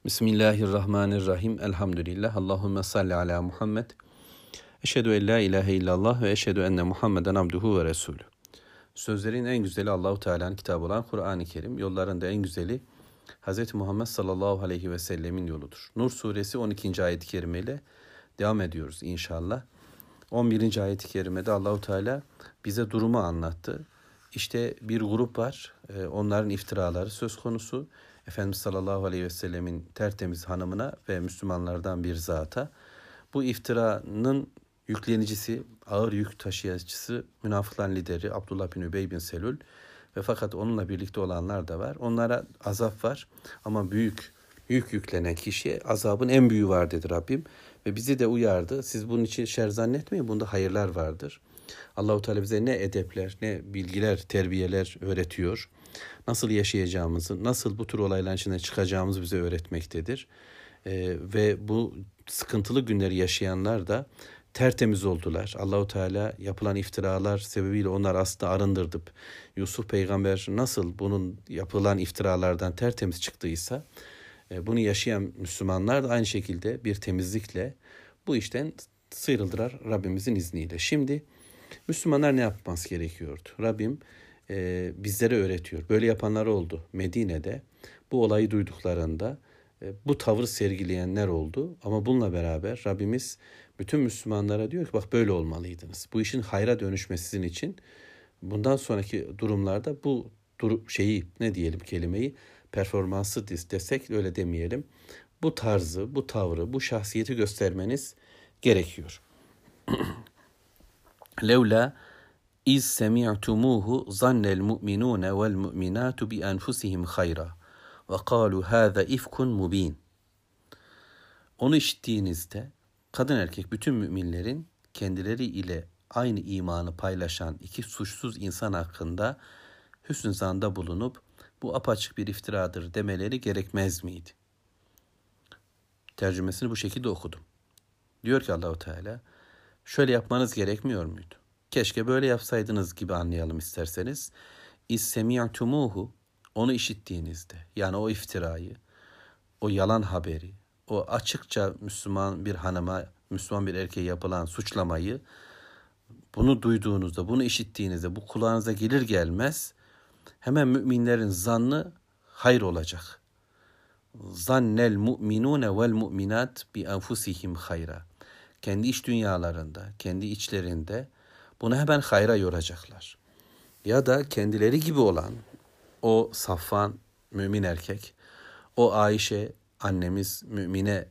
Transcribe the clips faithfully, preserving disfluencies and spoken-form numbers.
Bismillahirrahmanirrahim. Elhamdülillah. Allahümme salli ala Muhammed. Eşhedü en la ilahe illallah ve eşhedü enne Muhammeden abduhu ve resulü. Sözlerin en güzeli Allahu Teala'nın kitabı olan Kur'an-ı Kerim. Yolların da en güzeli Hz. Muhammed sallallahu aleyhi ve sellemin yoludur. Nur suresi on ikinci ayet-i kerime ile devam ediyoruz inşallah. on birinci ayet-i kerimede Allahu Teala bize durumu anlattı. İşte bir grup var. Onların iftiraları söz konusu. Efendimiz sallallahu aleyhi ve sellemin tertemiz hanımına ve Müslümanlardan bir zata. Bu iftiranın yüklenicisi, ağır yük taşıyıcısı, münafıkların lideri Abdullah bin Übey bin Selül ve fakat onunla birlikte olanlar da var. Onlara azap var ama büyük yük yüklenen kişiye azabın en büyüğü var dedi Rabbim. Ve bizi de uyardı. Siz bunun için şer zannetmeyin. Bunda hayırlar vardır. Allahu Teala bize ne edepler, ne bilgiler, terbiyeler öğretiyor. Nasıl yaşayacağımızı, nasıl bu tür olayların içinden çıkacağımızı bize öğretmektedir. Ee, ve bu sıkıntılı günleri yaşayanlar da tertemiz oldular. Allahu Teala yapılan iftiralar sebebiyle onlar aslında arındırdı. Yusuf peygamber nasıl bunun yapılan iftiralardan tertemiz çıktıysa, bunu yaşayan Müslümanlar da aynı şekilde bir temizlikle bu işten sıyrıldılar Rabbimizin izniyle. Şimdi Müslümanlar ne yapması gerekiyordu? Rabbim e, bizlere öğretiyor. Böyle yapanlar oldu. Medine'de bu olayı duyduklarında e, bu tavrı sergileyenler oldu. Ama bununla beraber Rabbimiz bütün Müslümanlara diyor ki bak böyle olmalıydınız. Bu işin hayra dönüşmesi sizin için. Bundan sonraki durumlarda bu dur- şeyi ne diyelim kelimeyi performansı desek öyle demeyelim. Bu tarzı, bu tavrı, bu şahsiyeti göstermeniz gerekiyor. Levla iz semi'tumuhu zannel mu'minune vel mu'minatu bi enfusihim hayra ve kalu hâza ifkun mubin. Onu işittiğinizde kadın erkek bütün müminlerin kendileri ile aynı imanı paylaşan iki suçsuz insan hakkında hüsn-i zanda bulunup bu apaçık bir iftiradır demeleri gerekmez miydi? Tercümesini bu şekilde okudum. Diyor ki Allahu Teala, şöyle yapmanız gerekmiyor muydu? Keşke böyle yapsaydınız gibi anlayalım isterseniz. İssemi'tumuhu, onu işittiğinizde, yani o iftirayı, o yalan haberi, o açıkça Müslüman bir hanıma, Müslüman bir erkeğe yapılan suçlamayı, bunu duyduğunuzda, bunu işittiğinizde, bu kulağınıza gelir gelmez, hemen müminlerin zannı hayır olacak. Zannel mu'minune vel mu'minat bi enfusihim hayra. Kendi iç dünyalarında, kendi içlerinde bunu hemen hayra yoracaklar. Ya da kendileri gibi olan o Safvan mümin erkek, o Ayşe annemiz mümine,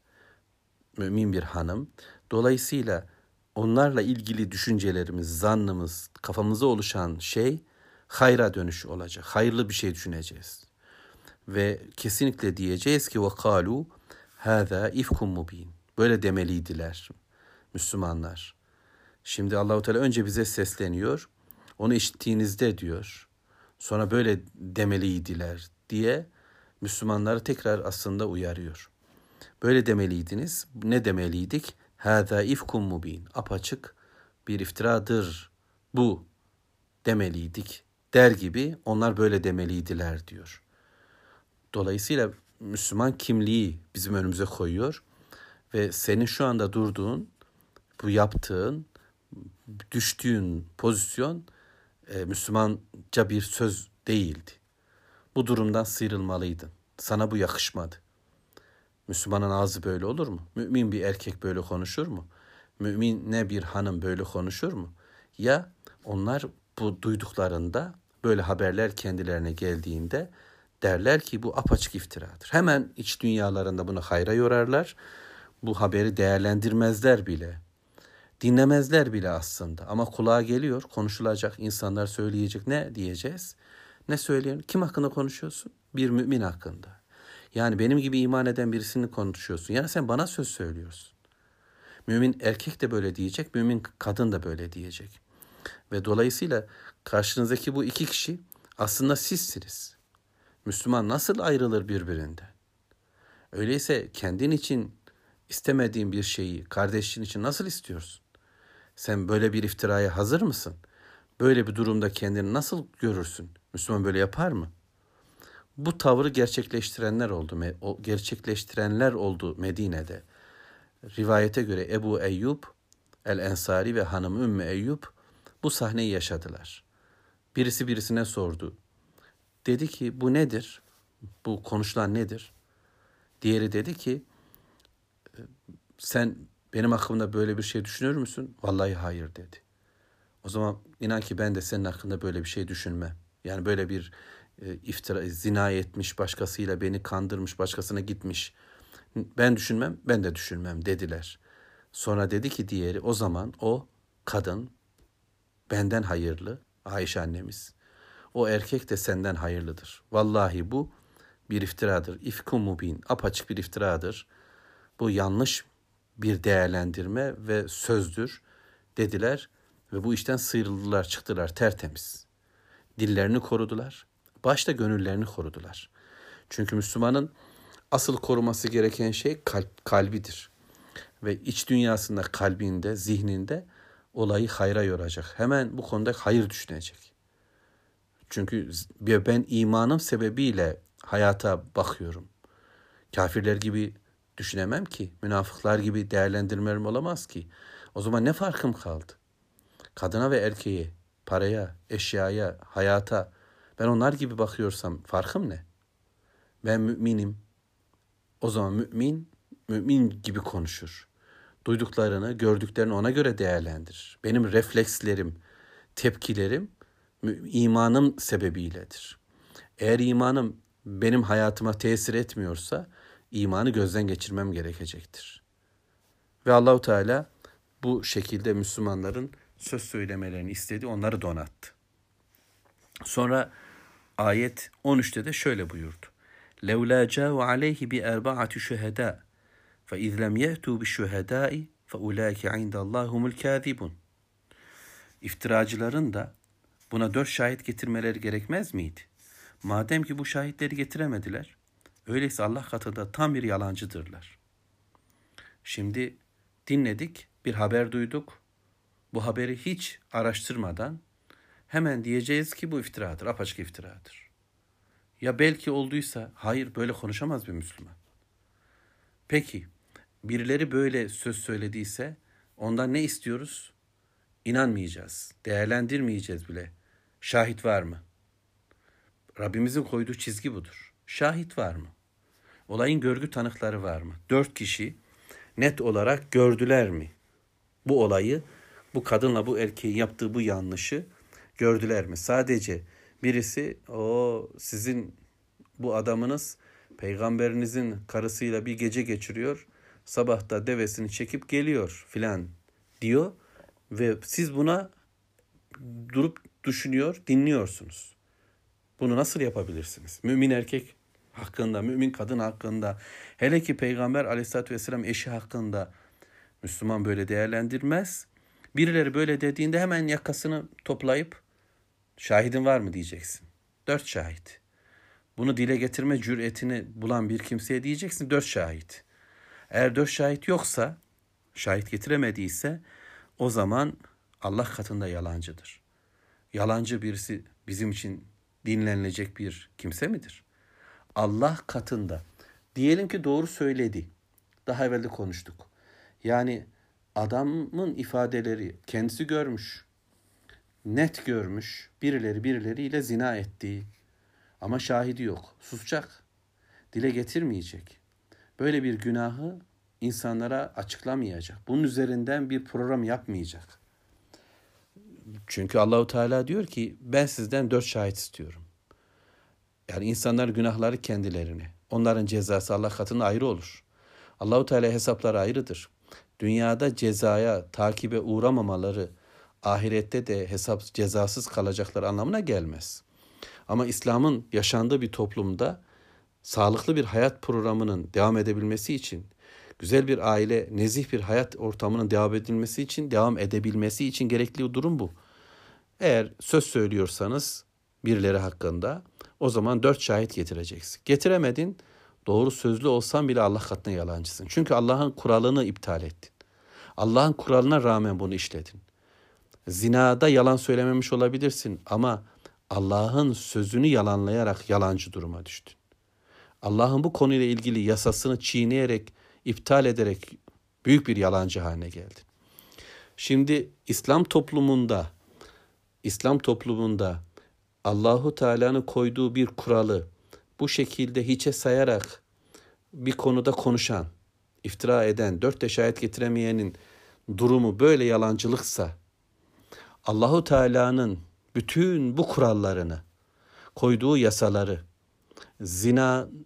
mümin bir hanım. Dolayısıyla onlarla ilgili düşüncelerimiz, zannımız, kafamıza oluşan şey hayra dönüş olacak. Hayırlı bir şey düşüneceğiz. Ve kesinlikle diyeceğiz ki وَقَالُوا هَذَا اِفْكُمْ مُب۪ينَ. Böyle demeliydiler Müslümanlar. Şimdi Allahu Teala önce bize sesleniyor. Onu işittiğinizde diyor. Sonra böyle demeliydiler diye Müslümanları tekrar aslında uyarıyor. Böyle demeliydiniz. Ne demeliydik? هَذَا اِفْكُمْ مُب۪ينَ. Apaçık bir iftiradır bu demeliydik der gibi onlar böyle demeliydiler diyor. Dolayısıyla Müslüman kimliği bizim önümüze koyuyor ve senin şu anda durduğun, bu yaptığın, düştüğün pozisyon e, Müslümanca bir söz değildi. Bu durumdan sıyrılmalıydın. Sana bu yakışmadı. Müslümanın ağzı böyle olur mu? Mümin bir erkek böyle konuşur mu? Mümine bir hanım böyle konuşur mu? Ya onlar bu duyduklarında böyle haberler kendilerine geldiğinde derler ki bu apaçık iftiradır. Hemen iç dünyalarında bunu hayra yorarlar. Bu haberi değerlendirmezler bile. Dinlemezler bile aslında. Ama kulağa geliyor, konuşulacak, insanlar söyleyecek. Ne diyeceğiz? Ne söyleyen? Kim hakkında konuşuyorsun? Bir mümin hakkında. Yani benim gibi iman eden birisini konuşuyorsun. Yani sen bana söz söylüyorsun. Mümin erkek de böyle diyecek, mümin kadın da böyle diyecek. Ve dolayısıyla karşınızdaki bu iki kişi aslında sizsiniz. Müslüman nasıl ayrılır birbirinden? Öyleyse kendin için istemediğin bir şeyi kardeşin için nasıl istiyorsun? Sen böyle bir iftiraya hazır mısın? Böyle bir durumda kendini nasıl görürsün? Müslüman böyle yapar mı? Bu tavrı gerçekleştirenler oldu. O gerçekleştirenler oldu Medine'de. Rivayete göre Ebu Eyyub el-Ensari ve hanımı Ümmü Eyyub bu sahneyi yaşadılar. Birisi birisine sordu. Dedi ki bu nedir? Bu konuşulan nedir? Diğeri dedi ki sen benim hakkımda böyle bir şey düşünür müsün? Vallahi hayır dedi. O zaman inan ki ben de senin hakkında böyle bir şey düşünmem. Yani böyle bir e, iftira, zina etmiş, başkasıyla beni kandırmış, başkasına gitmiş. Ben düşünmem, ben de düşünmem dediler. Sonra dedi ki diğeri, o zaman o kadın benden hayırlı, Ayşe annemiz. O erkek de senden hayırlıdır. Vallahi bu bir iftiradır. İfkum mubin, apaçık bir iftiradır. Bu yanlış bir değerlendirme ve sözdür dediler. Ve bu işten sıyrıldılar, çıktılar tertemiz. Dillerini korudular, başta gönüllerini korudular. Çünkü Müslümanın asıl koruması gereken şey kalp, kalbidir. Ve iç dünyasında, kalbinde, zihninde olayı hayra yoracak. Hemen bu konuda hayır düşünecek. Çünkü ben imanım sebebiyle hayata bakıyorum. Kafirler gibi düşünemem ki, münafıklar gibi değerlendirmem olamaz ki. O zaman ne farkım kaldı? Kadına ve erkeğe, paraya, eşyaya, hayata ben onlar gibi bakıyorsam farkım ne? Ben müminim. O zaman mümin, mümin gibi konuşur. Duyduklarını, gördüklerini ona göre değerlendirir. Benim reflekslerim, tepkilerim imanım sebebiyledir. Eğer imanım benim hayatıma tesir etmiyorsa imanı gözden geçirmem gerekecektir. Ve Allahu Teala bu şekilde Müslümanların söz söylemelerini istedi, onları donattı. Sonra ayet on üçte de şöyle buyurdu. لَوْلَا جَاءُوا عَلَيْهِ بِأَرْبَعَةِ شُهَدَاءَ فَإِذْ لَمْ يَأْتُوا بِالشُّهَدَاءِ فَأُولَٰئِكَ عِنْدَ اللّٰهِ هُمُ الْكَاذِبُونَ. İftiracıların da buna dört şahit getirmeleri gerekmez miydi? Madem ki bu şahitleri getiremediler, öyleyse Allah katında tam bir yalancıdırlar. Şimdi dinledik, bir haber duyduk. Bu haberi hiç araştırmadan hemen diyeceğiz ki bu iftiradır, apaçık iftiradır. Ya belki olduysa, hayır böyle konuşamaz bir Müslüman. Peki, birileri böyle söz söylediyse ondan ne istiyoruz? İnanmayacağız, değerlendirmeyeceğiz bile. Şahit var mı? Rabbimizin koyduğu çizgi budur. Şahit var mı? Olayın görgü tanıkları var mı? Dört kişi net olarak gördüler mi? Bu olayı, bu kadınla bu erkeğin yaptığı bu yanlışı gördüler mi? Sadece birisi o sizin bu adamınız peygamberinizin karısıyla bir gece geçiriyor. Sabahta devesini çekip geliyor filan diyor. Ve siz buna durup düşünüyor, dinliyorsunuz. Bunu nasıl yapabilirsiniz? Mümin erkek hakkında, mümin kadın hakkında, hele ki Peygamber aleyhissalatü vesselam eşi hakkında Müslüman böyle değerlendirmez. Birileri böyle dediğinde hemen yakasını toplayıp şahidin var mı diyeceksin. Dört şahit. Bunu dile getirme cüretini bulan bir kimseye diyeceksin dört şahit. Eğer dört şahit yoksa, şahit getiremediyse o zaman Allah katında yalancıdır. Yalancı birisi bizim için dinlenilecek bir kimse midir? Allah katında. Diyelim ki doğru söyledi. Daha evvel de konuştuk. Yani adamın ifadeleri kendisi görmüş. Net görmüş. Birileri birileriyle zina ettiği. Ama şahidi yok. Susacak. Dile getirmeyecek. Böyle bir günahı insanlara açıklamayacak. Bunun üzerinden bir program yapmayacak. Çünkü Allahu Teala diyor ki ben sizden dört şahit istiyorum. Yani insanlar günahları kendilerine. Onların cezası Allah katında ayrı olur. Allahu Teala hesapları ayrıdır. Dünyada cezaya, takibe uğramamaları ahirette de hesap cezasız kalacaklar anlamına gelmez. Ama İslam'ın yaşandığı bir toplumda sağlıklı bir hayat programının devam edebilmesi için, güzel bir aile, nezih bir hayat ortamının devam edilmesi için, devam edebilmesi için gerekli durum bu. Eğer söz söylüyorsanız birileri hakkında o zaman dört şahit getireceksin. Getiremedin, doğru sözlü olsan bile Allah katına yalancısın. Çünkü Allah'ın kuralını iptal ettin. Allah'ın kuralına rağmen bunu işledin. Zinada yalan söylememiş olabilirsin ama Allah'ın sözünü yalanlayarak yalancı duruma düştün. Allah'ın bu konuyla ilgili yasasını çiğneyerek, iptal ederek büyük bir yalancı haline geldin. Şimdi İslam toplumunda, İslam toplumunda Allahu Teala'nın koyduğu bir kuralı bu şekilde hiçe sayarak bir konuda konuşan, iftira eden, dört de şahit getiremeyenin durumu böyle yalancılıksa, Allahu Teala'nın bütün bu kurallarını, koyduğu yasaları, zinanın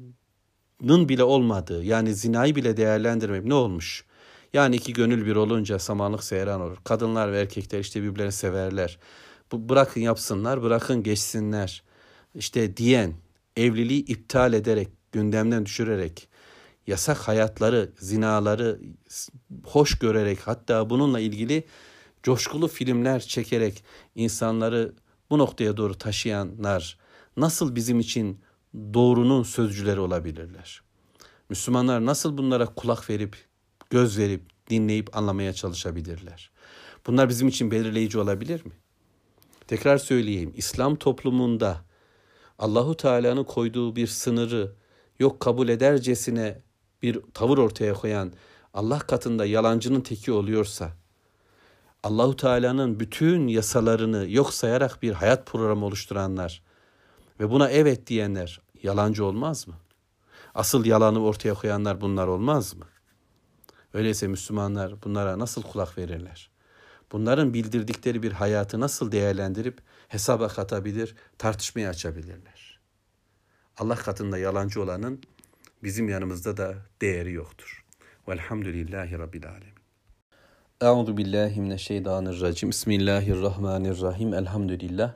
bile olmadığı, yani zinayı bile değerlendirmeyip ne olmuş? Yani iki gönül bir olunca samanlık seyran olur. Kadınlar ve erkekler işte birbirlerini severler. Bu, bırakın yapsınlar, bırakın geçsinler. İşte diyen, evliliği iptal ederek, gündemden düşürerek, yasak hayatları, zinaları hoş görerek, hatta bununla ilgili coşkulu filmler çekerek insanları bu noktaya doğru taşıyanlar nasıl bizim için doğrunun sözcüleri olabilirler? Müslümanlar nasıl bunlara kulak verip, göz verip, dinleyip anlamaya çalışabilirler? Bunlar bizim için belirleyici olabilir mi? Tekrar söyleyeyim, İslam toplumunda Allahu Teala'nın koyduğu bir sınırı yok kabul edercesine bir tavır ortaya koyan Allah katında yalancının teki oluyorsa, Allahu Teala'nın bütün yasalarını yok sayarak bir hayat programı oluşturanlar ve buna evet diyenler yalancı olmaz mı? Asıl yalanı ortaya koyanlar bunlar olmaz mı? Öyleyse Müslümanlar bunlara nasıl kulak verirler? Bunların bildirdikleri bir hayatı nasıl değerlendirip hesaba katabilir, tartışmaya açabilirler? Allah katında yalancı olanın bizim yanımızda da değeri yoktur. Velhamdülillahi Rabbil alemin. Euzu billahi mineşşeytanirracim. Bismillahirrahmanirrahim. Elhamdülillah.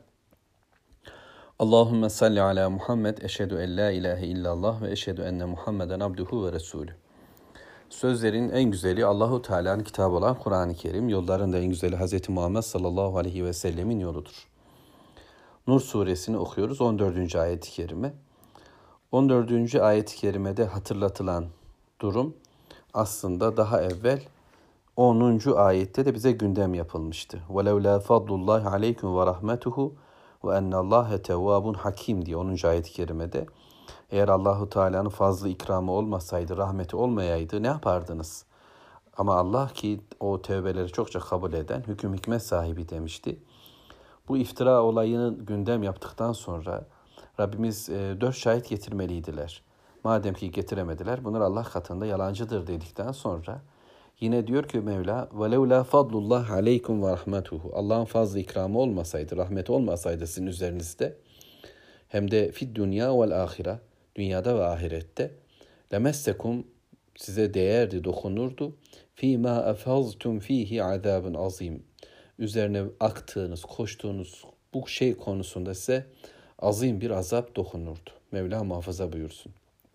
Allahümme salli ala Muhammed. Eşhedü en la ilahe illallah ve eşhedü enne Muhammeden abduhu ve resulü. Sözlerin en güzeli Allahu Teala'nın kitabı olan Kur'an-ı Kerim, yolların da en güzeli Hz. Muhammed sallallahu aleyhi ve sellemin yoludur. Nur suresini okuyoruz. on dördüncü ayet-i kerime. on dördüncü ayet-i kerimede hatırlatılan durum aslında daha evvel onuncu ayette de bize gündem yapılmıştı. وَلَوْلَا فَضْلُ اللّٰهِ عَلَيْكُمْ وَرَحْمَتُهُ وَاَنَّ اللّٰهَ تَوَّابٌ hakim diye onuncu ayet-i kerimede. Eğer Allahu Teala'nın fazla ikramı olmasaydı, rahmeti olmayaydı ne yapardınız? Ama Allah ki o tevbeleri çokça kabul eden, hüküm hikmet sahibi demişti. Bu iftira olayını gündem yaptıktan sonra Rabbimiz e, dört şahit getirmeliydiler. Madem ki getiremediler, bunlar Allah katında yalancıdır dedikten sonra yine diyor ki Mevla وَلَوْلَا فَضْلُ اللّٰهِ عَلَيْكُمْ وَرَحْمَتُهُ Allah'ın fazla ikramı olmasaydı, rahmeti olmasaydı sizin üzerinizde, hem de fid dünya vel ahire, dünyada ve ahirette, lemessekum size değerdi, dokunurdu. Fîmâ efaztum fîhi azâbun azîm. Üzerine aktığınız, koştuğunuz bu şey konusunda size azim bir azap dokunurdu. Mevla muhafaza buyursun.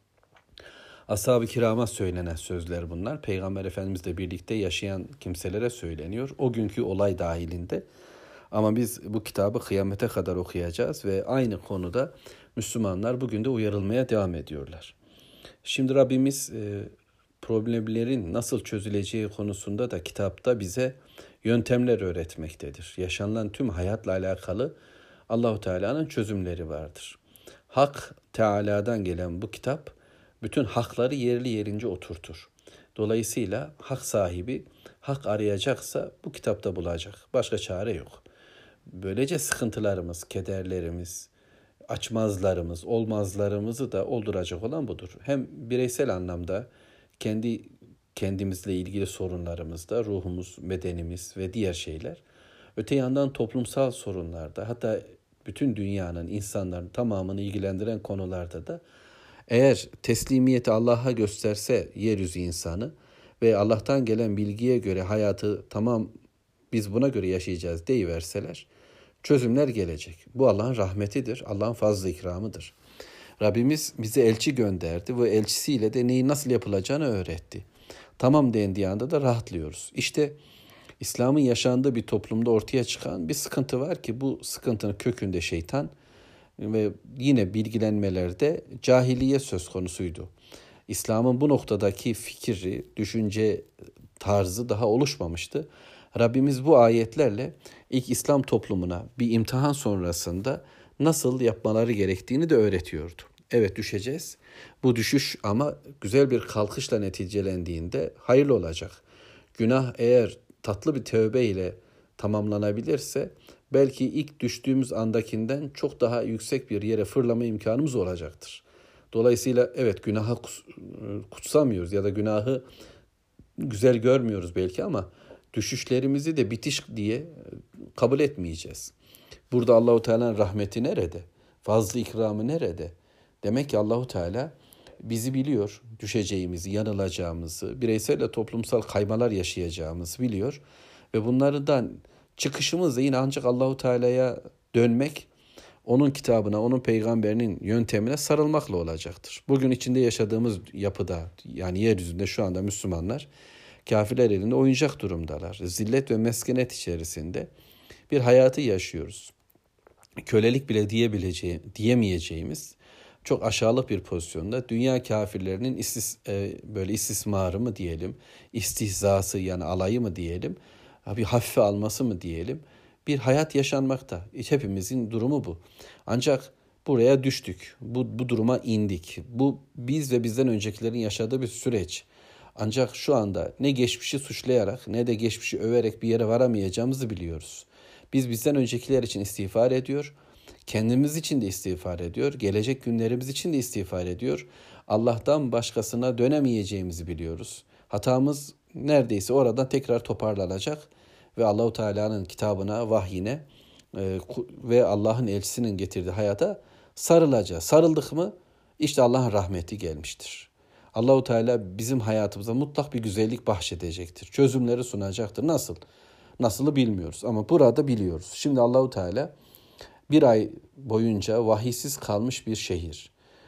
Ashab-ı kirama söylenen sözler bunlar. Peygamber Efendimizle birlikte yaşayan kimselere söyleniyor. O günkü olay dahilinde. Ama biz bu kitabı kıyamete kadar okuyacağız ve aynı konuda Müslümanlar bugün de uyarılmaya devam ediyorlar. Şimdi Rabbimiz problemlerin nasıl çözüleceği konusunda da kitapta bize yöntemler öğretmektedir. Yaşanılan tüm hayatla alakalı Allahu Teala'nın çözümleri vardır. Hak Teala'dan gelen bu kitap bütün hakları yerli yerince oturtur. Dolayısıyla hak sahibi hak arayacaksa bu kitapta bulacak. Başka çare yok. Böylece sıkıntılarımız, kederlerimiz, açmazlarımız, olmazlarımızı da olduracak olan budur. Hem bireysel anlamda kendi kendimizle ilgili sorunlarımızda, ruhumuz, bedenimiz ve diğer şeyler. Öte yandan toplumsal sorunlarda, hatta bütün dünyanın, insanların tamamını ilgilendiren konularda da eğer teslimiyeti Allah'a gösterse yeryüzü insanı ve Allah'tan gelen bilgiye göre hayatı tamam biz buna göre yaşayacağız deyiverseler, çözümler gelecek. Bu Allah'ın rahmetidir, Allah'ın fazla ikramıdır. Rabbimiz bize elçi gönderdi ve elçisiyle de neyin nasıl yapılacağını öğretti. Tamam dendiği anda da rahatlıyoruz. İşte İslam'ın yaşandığı bir toplumda ortaya çıkan bir sıkıntı var ki bu sıkıntının kökünde şeytan ve yine bilgilenmelerde cahiliye söz konusuydu. İslam'ın bu noktadaki fikri, düşünce tarzı daha oluşmamıştı. Rabbimiz bu ayetlerle ilk İslam toplumuna bir imtihan sonrasında nasıl yapmaları gerektiğini de öğretiyordu. Evet, düşeceğiz. Bu düşüş ama güzel bir kalkışla neticelendiğinde hayırlı olacak. Günah eğer tatlı bir tövbe ile tamamlanabilirse belki ilk düştüğümüz andakinden çok daha yüksek bir yere fırlama imkanımız olacaktır. Dolayısıyla evet, günahı kutsamıyoruz ya da günahı güzel görmüyoruz belki ama düşüşlerimizi de bitiş diye kabul etmeyeceğiz. Burada Allahu Teala'nın rahmeti nerede? Fazlı ikramı nerede? Demek ki Allahu Teala bizi biliyor, düşeceğimizi, yanılacağımızı, bireysel ve toplumsal kaymalar yaşayacağımızı biliyor ve bunlardan çıkışımız da yine ancak Allahu Teala'ya dönmek, onun kitabına, onun peygamberinin yöntemine sarılmakla olacaktır. Bugün içinde yaşadığımız yapıda, yani yeryüzünde şu anda Müslümanlar kafirler elinde oyuncak durumdalar. Zillet ve meskenet içerisinde bir hayatı yaşıyoruz. Kölelik bile diyebileceği, diyemeyeceğimiz çok aşağılık bir pozisyonda dünya kafirlerinin istis, e, böyle istismarı mı diyelim, istihzası yani alayı mı diyelim, bir hafife alması mı diyelim, bir hayat yaşanmakta. Hepimizin durumu bu. Ancak buraya düştük, bu, bu duruma indik. Bu biz ve bizden öncekilerin yaşadığı bir süreç. Ancak şu anda ne geçmişi suçlayarak ne de geçmişi överek bir yere varamayacağımızı biliyoruz. Biz bizden öncekiler için istiğfar ediyor, kendimiz için de istiğfar ediyor, gelecek günlerimiz için de istiğfar ediyor. Allah'tan başkasına dönemeyeceğimizi biliyoruz. Hatamız neredeyse oradan tekrar toparlanacak ve Allahu Teala'nın kitabına, vahyine e, ve Allah'ın elçisinin getirdiği hayata sarılacağız. Sarıldık mı işte Allah'ın rahmeti gelmiştir. Allahu Teala bizim hayatımıza mutlak bir güzellik bahşedecektir. Çözümleri sunacaktır. Nasıl? Nasılı bilmiyoruz ama burada biliyoruz. Şimdi Allahu Teala bir ay boyunca vahiysiz kalmış bir şehir.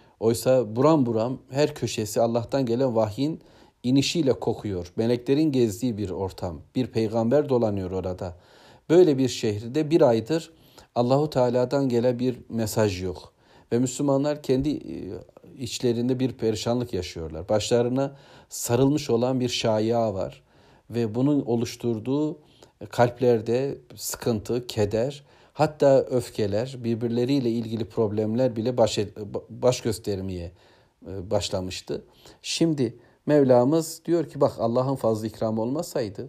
Oysa buram buram her köşesi Allah'tan gelen vahyin inişiyle kokuyor. Meleklerin gezdiği bir ortam. Bir peygamber dolanıyor orada. Böyle bir şehirde bir aydır Allahu Teala'dan gelen bir mesaj yok. Ve Müslümanlar kendi içlerinde bir perişanlık yaşıyorlar. Başlarına sarılmış olan bir şaia var. Ve bunun oluşturduğu kalplerde sıkıntı, keder, hatta öfkeler, birbirleriyle ilgili problemler bile baş, baş göstermeye başlamıştı. Şimdi Mevlamız diyor ki bak, Allah'ın fazla ikramı olmasaydı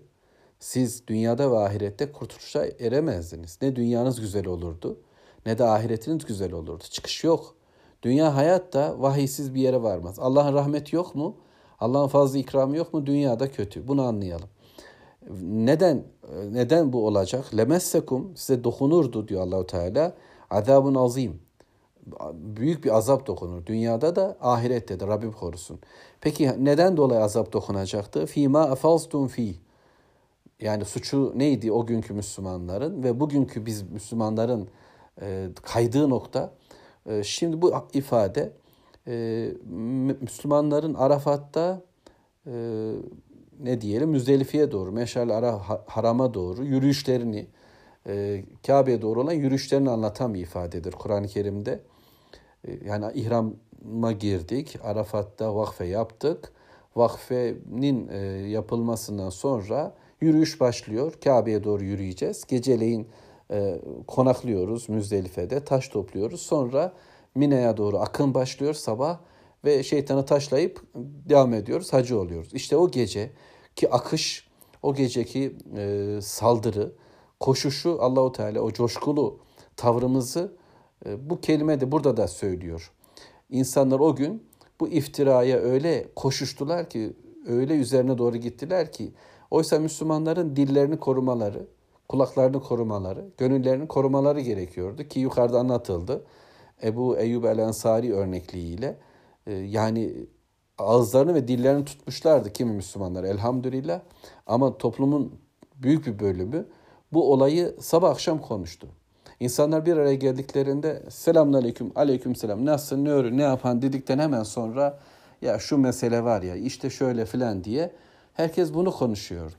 siz dünyada ve ahirette kurtuluşa eremezdiniz. Ne dünyanız güzel olurdu ne de ahiretiniz güzel olurdu. Çıkış yok. Dünya hayatta vahiysiz bir yere varmaz. Allah'ın rahmeti yok mu? Allah'ın fazla ikramı yok mu? Dünyada kötü. Bunu anlayalım. Neden neden bu olacak? Lemessekum, size dokunurdu diyor Allahu Teala. Azabun azim. Büyük bir azap dokunur. Dünyada da ahirette de, Rabbim korusun. Peki neden dolayı azap dokunacaktı? Fîmâ afalstum fî. Yani suçu neydi o günkü Müslümanların ve bugünkü biz Müslümanların e, kaydığı nokta. E, şimdi bu ifade e, Müslümanların Arafat'ta e, ne diyelim Müzdelifi'ye doğru, Meş'al Haram'a doğru yürüyüşlerini, e, Kabe'ye doğru olan yürüyüşlerini anlatan bir ifadedir Kur'an-ı Kerim'de. E, yani ihrama girdik, Arafat'ta vakfe yaptık. Vakfenin e, yapılmasından sonra yürüyüş başlıyor. Kabe'ye doğru yürüyeceğiz. Geceleyin e, konaklıyoruz Müzdelife'de, taş topluyoruz. Sonra Mina'ya doğru akın başlıyor sabah ve şeytanı taşlayıp devam ediyoruz, hacı oluyoruz. İşte o gece ki akış, o geceki e, saldırı, koşuşu Allahu Teala o coşkulu tavrımızı e, bu kelime de burada da söylüyor. İnsanlar o gün bu iftiraya öyle koşuştular ki, öyle üzerine doğru gittiler ki, oysa Müslümanların dillerini korumaları, kulaklarını korumaları, gönüllerini korumaları gerekiyordu ki yukarıda anlatıldı. Ebu Eyyub el-Ensari örnekliğiyle e, yani ağızlarını ve dillerini tutmuşlardı kimi Müslümanlar elhamdülillah, ama toplumun büyük bir bölümü bu olayı sabah akşam konuştu. İnsanlar bir araya geldiklerinde selamünaleyküm, aleykümselam, nasılsın, ne örü, ne yapan dedikten hemen sonra ya şu mesele var ya işte şöyle filan diye herkes bunu konuşuyordu.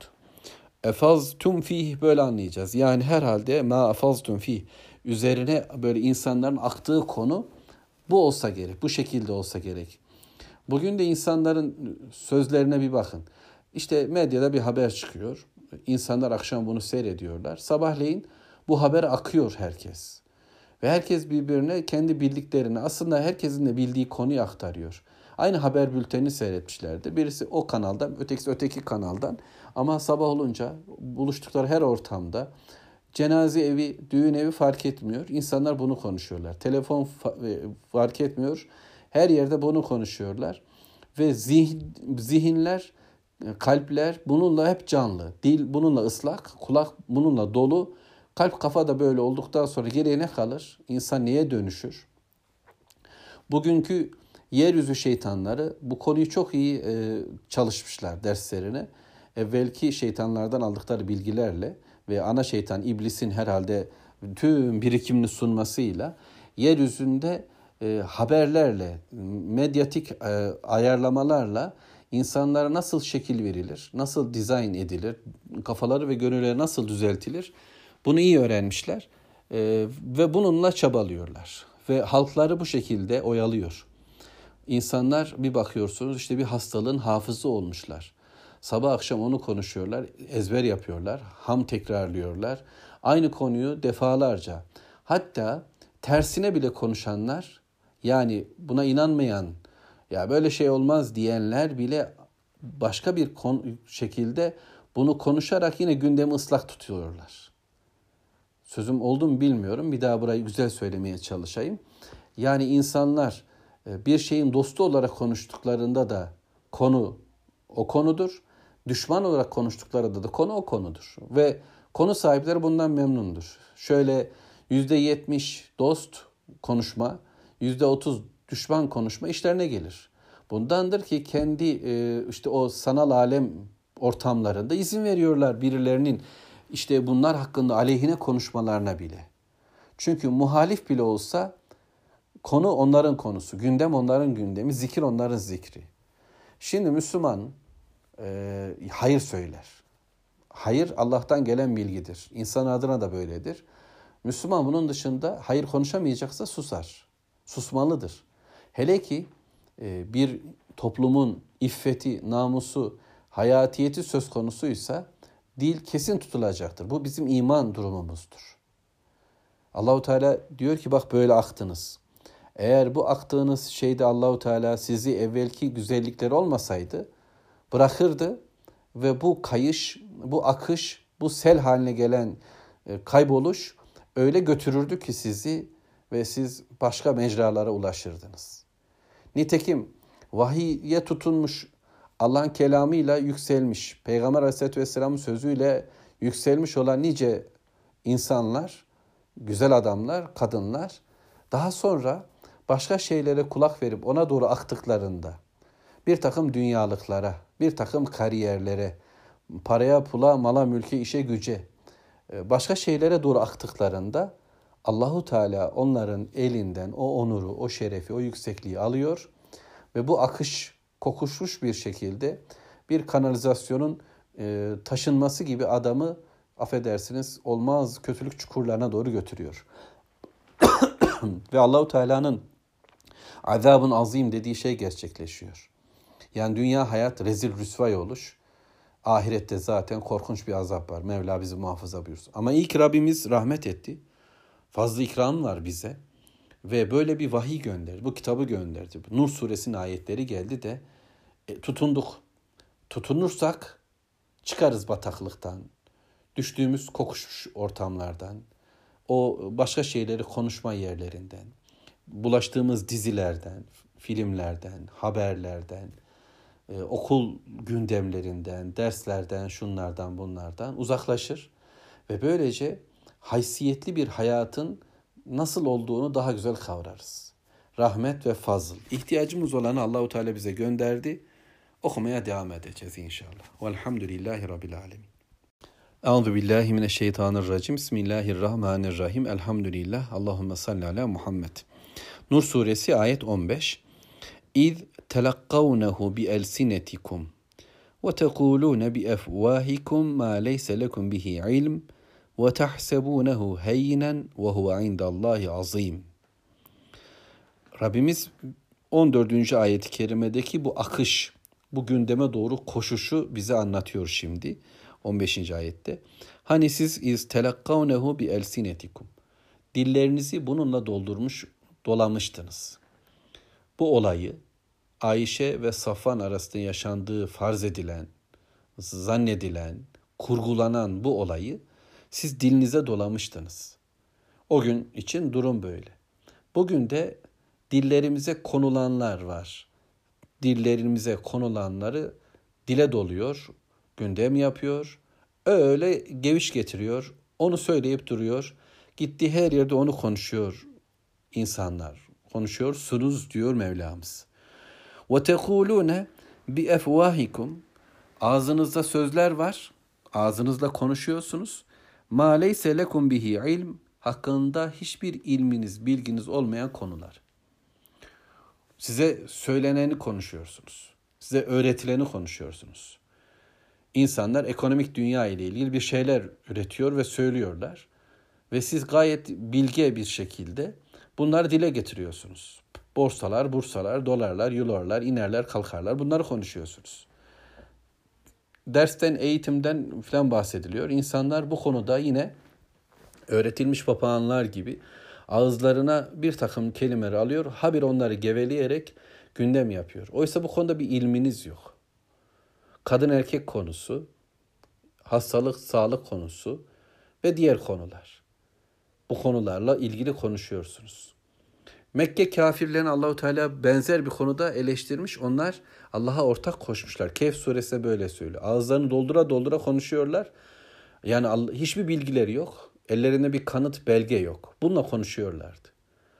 Efaztum fih, böyle anlayacağız. Yani herhalde ma efaztum fih, üzerine böyle insanların aktığı konu bu olsa gerek, bu şekilde olsa gerek. Bugün de insanların sözlerine bir bakın. İşte medyada bir haber çıkıyor. insanlar akşam bunu seyrediyorlar. Sabahleyin bu haber akıyor herkes. Ve herkes birbirine kendi bildiklerini, aslında herkesin de bildiği konuyu aktarıyor. Aynı haber bültenini seyretmişlerdi. Birisi o kanaldan, ötekisi öteki kanaldan. Ama sabah olunca buluştukları her ortamda cenaze evi, düğün evi fark etmiyor. İnsanlar bunu konuşuyorlar. Telefon fark etmiyor. Her yerde bunu konuşuyorlar. Ve zihin, zihinler, kalpler bununla hep canlı. Dil bununla ıslak, kulak bununla dolu. Kalp kafa da böyle olduktan sonra geriye ne kalır? İnsan neye dönüşür? Bugünkü yeryüzü şeytanları bu konuyu çok iyi e, çalışmışlar derslerine. Evvelki şeytanlardan aldıkları bilgilerle ve ana şeytan iblisin herhalde tüm birikimini sunmasıyla yeryüzünde e, haberlerle, medyatik e, ayarlamalarla insanlara nasıl şekil verilir, nasıl dizayn edilir, kafaları ve gönülleri nasıl düzeltilir bunu iyi öğrenmişler e, ve bununla çabalıyorlar. Ve halkları bu şekilde oyalıyor. İnsanlar bir bakıyorsunuz işte bir hastalığın hafızı olmuşlar. Sabah akşam onu konuşuyorlar, ezber yapıyorlar, ham tekrarlıyorlar. Aynı konuyu defalarca. Hatta tersine bile konuşanlar, yani buna inanmayan, ya böyle şey olmaz diyenler bile başka bir konu, şekilde bunu konuşarak yine gündemi ıslak tutuyorlar. Sözüm oldu mu bilmiyorum. Bir daha burayı güzel söylemeye çalışayım. Yani insanlar bir şeyin dostu olarak konuştuklarında da konu o konudur. Düşman olarak konuştuklarında da konu o konudur. Ve konu sahipleri bundan memnundur. Şöyle yüzde yetmiş dost konuşma, yüzde otuz düşman konuşma işlerine gelir. Bundandır ki kendi işte o sanal alem ortamlarında izin veriyorlar birilerinin işte bunlar hakkında aleyhine konuşmalarına bile. Çünkü muhalif bile olsa konu onların konusu, gündem onların gündemi, zikir onların zikri. Şimdi Müslüman e, hayır söyler. Hayır Allah'tan gelen bilgidir. İnsan adına da böyledir. Müslüman bunun dışında hayır konuşamayacaksa susar. Susmalıdır. Hele ki e, bir toplumun iffeti, namusu, hayatiyeti söz konusuysa dil kesin tutulacaktır. Bu bizim iman durumumuzdur. Allahu Teala diyor ki bak böyle aktınız. Eğer bu aktığınız şeyde Allahu Teala sizi evvelki güzellikleri olmasaydı bırakırdı ve bu kayış, bu akış, bu sel haline gelen kayboluş öyle götürürdü ki sizi ve siz başka mecralara ulaşırdınız. Nitekim vahiye tutunmuş, Allah'ın kelamıyla yükselmiş, Peygamber Aleyhisselatü Vesselam'ın sözüyle yükselmiş olan nice insanlar, güzel adamlar, kadınlar daha sonra başka şeylere kulak verip ona doğru aktıklarında bir takım dünyalıklara, bir takım kariyerlere, paraya, pula, mala, mülke, işe, güce, başka şeylere doğru aktıklarında Allahu Teala onların elinden o onuru, o şerefi, o yüksekliği alıyor ve bu akış kokuşmuş bir şekilde bir kanalizasyonun e, taşınması gibi adamı affedersiniz olmaz kötülük çukurlarına doğru götürüyor. Ve Allahu Teala'nın azabın azim dediği şey gerçekleşiyor. Yani dünya hayat rezil rüsvay oluş. Ahirette zaten korkunç bir azap var. Mevla bizi muhafaza buyursun. Ama ilk Rabbimiz rahmet etti. Fazla ikram var bize. Ve böyle bir vahiy gönderdi. Bu kitabı gönderdi. Nur suresinin ayetleri geldi de e, tutunduk. Tutunursak çıkarız bataklıktan. Düştüğümüz kokuşmuş ortamlardan. O başka şeyleri konuşma yerlerinden. Bulaştığımız dizilerden, filmlerden, haberlerden, e, okul gündemlerinden, derslerden, şunlardan bunlardan uzaklaşır. Ve böylece haysiyetli bir hayatın nasıl olduğunu daha güzel kavrarız. Rahmet ve fazıl. İhtiyacımız olanı Allahu Teala bize gönderdi. Okumaya devam edeceğiz inşallah. Velhamdülillahi Rabbil alemin. Euzu billahi mineşşeytanirracim. Bismillahirrahmanirrahim. Elhamdülillah. Allahumme salli ala Muhammed. Nur suresi ayet on beş. İz telakkavnehu bi elsinetikum ve tekulun bi efvahikum ma leysa lekum bihi ilm ve tahsebunehu heynen ve huve indallahi azim. Rabbimiz on dördüncü ayet-i kerimedeki bu akış, bu gündeme doğru koşuşu bize anlatıyor şimdi. on beşinci ayette. Hani siz iz telakkavnehu bi elsinetikum. Dillerinizi bununla doldurmuş, dolamıştınız. Bu olayı Ayşe ve Safvan arasında yaşandığı farz edilen, zannedilen, kurgulanan bu olayı siz dilinize dolamıştınız. O gün için durum böyle. Bugün de dillerimize konulanlar var. Dillerimize konulanları dile doluyor, gündem yapıyor, öyle geviş getiriyor, onu söyleyip duruyor. Gittiği her yerde onu konuşuyor insanlar. Konuşuyorsunuz diyor Mevlamız. وَتَقُولُونَ بِاَفْوَاهِكُمْ. Ağzınızda sözler var, ağzınızla konuşuyorsunuz. مَا لَيْسَ لَكُمْ بِهِ ilm. Hakkında hiçbir ilminiz, bilginiz olmayan konular. Size söyleneni konuşuyorsunuz. Size öğretileni konuşuyorsunuz. İnsanlar ekonomik dünya ile ilgili bir şeyler üretiyor ve söylüyorlar. Ve siz gayet bilge bir şekilde bunları dile getiriyorsunuz. Borsalar, bursalar, dolarlar, eurolar, inerler, kalkarlar, bunları konuşuyorsunuz. Dersten, eğitimden falan bahsediliyor. İnsanlar bu konuda yine öğretilmiş papağanlar gibi ağızlarına bir takım kelimeler alıyor, habire onları geveleyerek gündem yapıyor. Oysa bu konuda bir ilminiz yok. Kadın erkek konusu, hastalık, sağlık konusu ve diğer konular. Bu konularla ilgili konuşuyorsunuz. Mekke kafirlerini Allahu Teala benzer bir konuda eleştirmiş. Onlar Allah'a ortak koşmuşlar. Kehf suresi böyle söylüyor. Ağızlarını doldura doldura konuşuyorlar. Yani hiçbir bilgileri yok. Ellerinde bir kanıt, belge yok. Bununla konuşuyorlardı.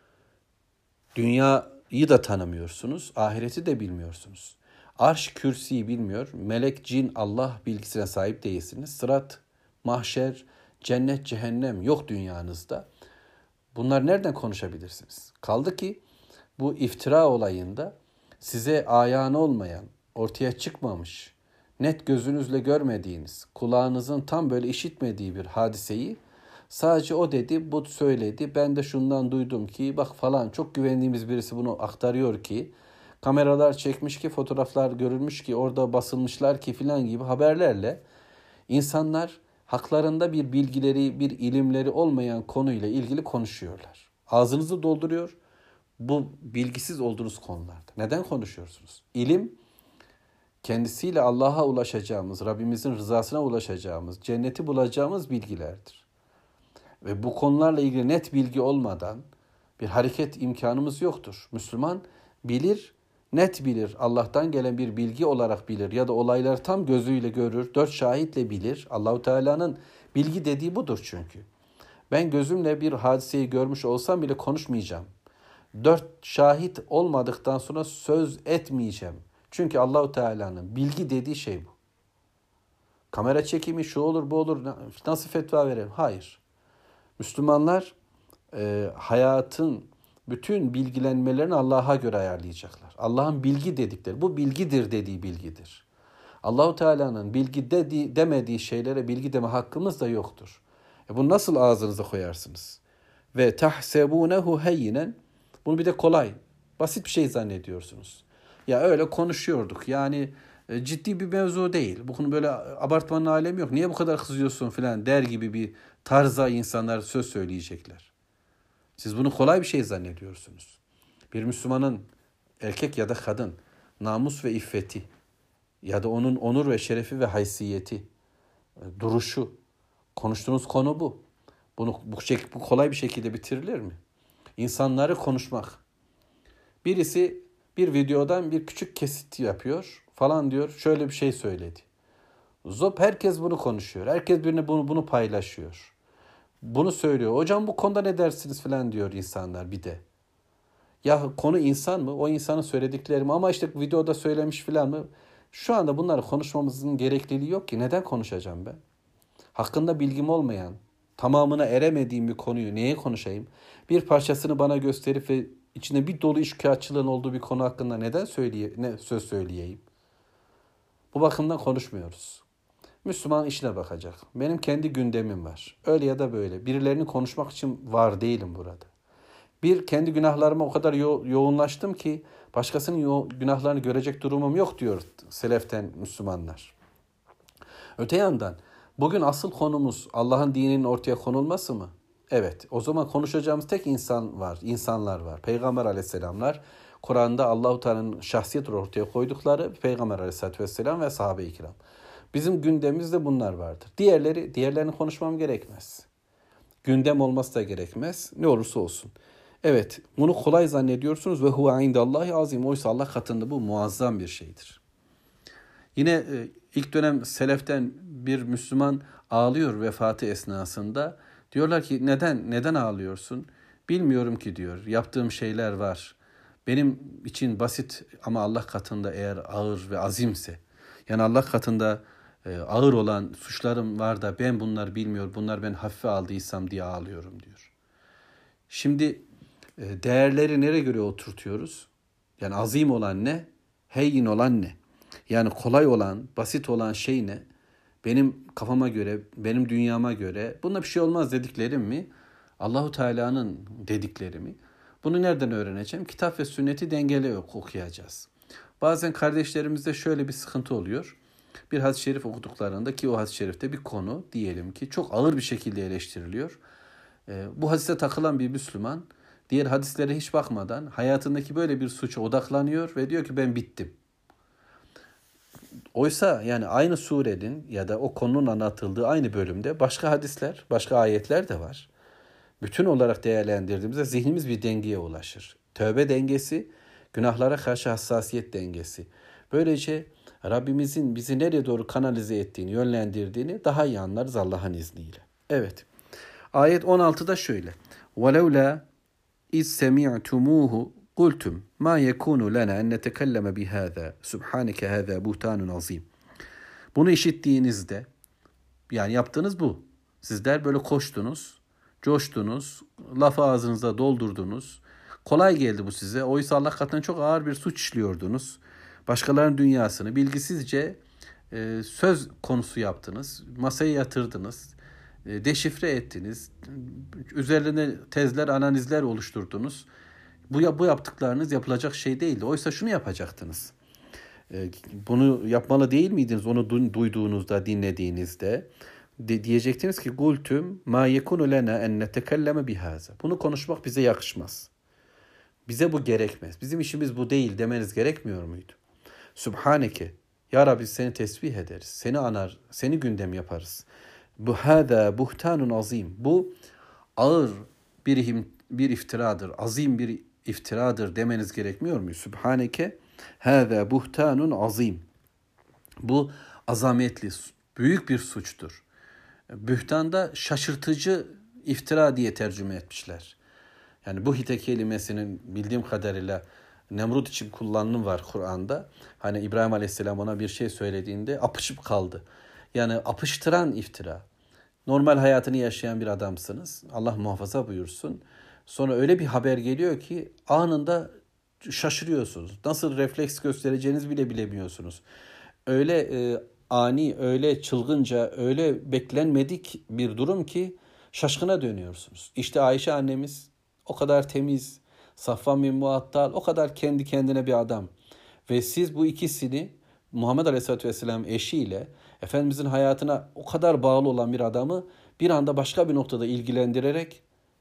Dünyayı da tanımıyorsunuz, ahireti de bilmiyorsunuz. Arş, kürsiyi bilmiyor, melek, cin, Allah bilgisine sahip değilsiniz. Sırat, mahşer, cennet, cehennem yok dünyanızda. Bunlar nereden konuşabilirsiniz? Kaldı ki bu iftira olayında size ayağına olmayan, ortaya çıkmamış, net gözünüzle görmediğiniz, kulağınızın tam böyle işitmediği bir hadiseyi sadece o dedi, bu söyledi, ben de şundan duydum ki bak falan, çok güvendiğimiz birisi bunu aktarıyor ki, kameralar çekmiş ki, fotoğraflar görülmüş ki, orada basılmışlar ki filan gibi haberlerle insanlar haklarında bir bilgileri, bir ilimleri olmayan konuyla ilgili konuşuyorlar. Ağzınızı dolduruyor bu bilgisiz olduğunuz konularda. Neden konuşuyorsunuz? İlim kendisiyle Allah'a ulaşacağımız, Rabbimizin rızasına ulaşacağımız, cenneti bulacağımız bilgilerdir. Ve bu konularla ilgili net bilgi olmadan bir hareket imkanımız yoktur. Müslüman bilir, net bilir, Allah'tan gelen bir bilgi olarak bilir ya da olayları tam gözüyle görür, dört şahitle bilir. Allahu Teala'nın bilgi dediği budur çünkü. Ben gözümle bir hadiseyi görmüş olsam bile konuşmayacağım. Dört şahit olmadıktan sonra söz etmeyeceğim. Çünkü Allahu Teala'nın bilgi dediği şey bu. Kamera çekimi şu olur bu olur, nasıl fetva verelim? Hayır. Müslümanlar e, hayatın bütün bilgilenmelerini Allah'a göre ayarlayacaklar. Allah'ın bilgi dedikleri, bu bilgidir dediği bilgidir. Allahu Teala'nın bilgi dediği, demediği şeylere bilgi deme hakkımız da yoktur. E bunu nasıl ağzınıza koyarsınız? Ve tahsebunehu heyyinen, bunu bir de kolay, basit bir şey zannediyorsunuz. Ya öyle konuşuyorduk. Yani e, ciddi bir mevzu değil. Bu konu böyle abartmanın alemi yok. Niye bu kadar kızıyorsun filan der gibi bir tarza insanlar söz söyleyecekler. Siz bunu kolay bir şey zannediyorsunuz. Bir Müslümanın erkek ya da kadın namus ve iffeti ya da onun onur ve şerefi ve haysiyeti, duruşu, konuştuğunuz konu bu. Bunu bu, bu kolay bir şekilde bitirilir mi? İnsanları konuşmak. Birisi bir videodan bir küçük kesit yapıyor falan diyor. Şöyle bir şey söyledi. Zop herkes bunu konuşuyor. Herkes birine bunu bunu paylaşıyor. Bunu söylüyor. Hocam bu konuda ne dersiniz falan diyor insanlar bir de. Ya konu insan mı? O insanın söyledikleri mi? Ama işte videoda söylemiş falan mı? Şu anda bunları konuşmamızın gerekliliği yok ki. Neden konuşacağım ben? Hakkında bilgim olmayan, tamamına eremediğim bir konuyu neye konuşayım? Bir parçasını bana gösterip ve içinde bir dolu işkâççılığın olduğu bir konu hakkında neden söyleye, ne söz söyleyeyim? Bu bakımdan konuşmuyoruz. Müslüman işine bakacak. Benim kendi gündemim var. Öyle ya da böyle. Birilerini konuşmak için var değilim burada. Bir, kendi günahlarıma o kadar yo- yoğunlaştım ki başkasının yo- günahlarını görecek durumum yok diyor seleften Müslümanlar. Öte yandan Bugün asıl konumuz Allah'ın dininin ortaya konulması mı? Evet. O zaman konuşacağımız tek insan var, insanlar var. Peygamber aleyhisselamlar, Kur'an'da Allahu Teala'nın şahsiyet ortaya koydukları Peygamber aleyhisselatü vesselam ve sahabe-i kiram. Bizim gündemimizde bunlar vardır. Diğerleri, diğerlerini konuşmam gerekmez. Gündem olması da gerekmez. Ne olursa olsun. Evet, bunu kolay zannediyorsunuz ve huve indallahi azim. Oysa Allah katında bu muazzam bir şeydir. Yine e, ilk dönem seleften bir Müslüman ağlıyor vefatı esnasında. Diyorlar ki neden neden ağlıyorsun? Bilmiyorum ki diyor. Yaptığım şeyler var. Benim için basit ama Allah katında eğer ağır ve azimse, yani Allah katında e, ağır olan suçlarım var da ben bunları bilmiyorum, bunlar ben hafife aldıysam diye ağlıyorum diyor. Şimdi e, değerleri nereye göre oturtuyoruz? Yani azim olan ne? Heyyin olan ne? Yani kolay olan, basit olan şey ne? Benim kafama göre, benim dünyama göre bunda bir şey olmaz dediklerim mi? Allahu Teala'nın dedikleri mi? Bunu nereden öğreneceğim? Kitap ve sünneti dengeli okuyacağız. Bazen kardeşlerimizde şöyle bir sıkıntı oluyor. Bir hadis-i şerif okuduklarında ki o hadis-i şerifte bir konu diyelim ki çok ağır bir şekilde eleştiriliyor. Bu hadise takılan bir Müslüman diğer hadislere hiç bakmadan hayatındaki böyle bir suça odaklanıyor ve diyor ki ben bittim. Oysa yani aynı surenin ya da o konunun anlatıldığı aynı bölümde başka hadisler, başka ayetler de var. Bütün olarak değerlendirdiğimizde zihnimiz bir dengeye ulaşır. Tövbe dengesi, günahlara karşı hassasiyet dengesi. Böylece Rabbimizin bizi nereye doğru kanalize ettiğini, yönlendirdiğini daha iyi anlarız Allah'ın izniyle. Evet. Ayet on altıda şöyle. وَلَوْلَا اِذْ سَمِعْتُمُوهُ قُلْتُمْ مَا يَكُونُ لَنَا اَنْ نَتَكَلَّمَ بِهَذَا سُبْحَانَكَ هَذَا بُهْتَانٌ عَظِيمٌ. Bunu işittiğinizde, yani yaptığınız bu. Sizler böyle koştunuz, coştunuz, lafı ağzınıza doldurdunuz. Kolay geldi bu size. Oysa Allah katında çok ağır bir suç işliyordunuz. Başkalarının dünyasını bilgisizce e, söz konusu yaptınız. Masaya yatırdınız. E, deşifre ettiniz. Üzerine tezler, analizler oluşturdunuz. Bu, bu yaptıklarınız yapılacak şey değildi. Oysa şunu yapacaktınız. E, bunu yapmalı değil miydiniz onu du- duyduğunuzda, dinlediğinizde? De, diyecektiniz ki gultum ma yekunu lena en netekelleme bihaza. Bunu konuşmak bize yakışmaz. Bize bu gerekmez. Bizim işimiz bu değil demeniz gerekmiyor muydu? Sübhaneke. Ya Rabbi seni tesbih ederiz. Seni anar, seni gündem yaparız. Bu hada buhtanun azim. Bu ağır bir bir iftiradır. Azim bir iftiradır demeniz gerekmiyor mu? Sübhaneke. Hada buhtanun azim. Bu azametli, büyük bir suçtur. Bühtanda şaşırtıcı iftira diye tercüme etmişler. Yani bu hite kelimesinin bildiğim kadarıyla Nemrut için kullanımı var Kur'an'da. Hani İbrahim Aleyhisselam ona bir şey söylediğinde apışıp kaldı. Yani apıştıran iftira. Normal hayatını yaşayan bir adamsınız. Allah muhafaza buyursun. Sonra öyle bir haber geliyor ki anında şaşırıyorsunuz. Nasıl refleks göstereceğinizi bile bilemiyorsunuz. Öyle e, ani, öyle çılgınca, öyle beklenmedik bir durum ki şaşkına dönüyorsunuz. İşte Ayşe annemiz o kadar temiz, Safvan bin Muattal o kadar kendi kendine bir adam. Ve siz bu ikisini Muhammed Aleyhisselatü Vesselam eşiyle Efendimizin hayatına o kadar bağlı olan bir adamı bir anda başka bir noktada ilgilendirerek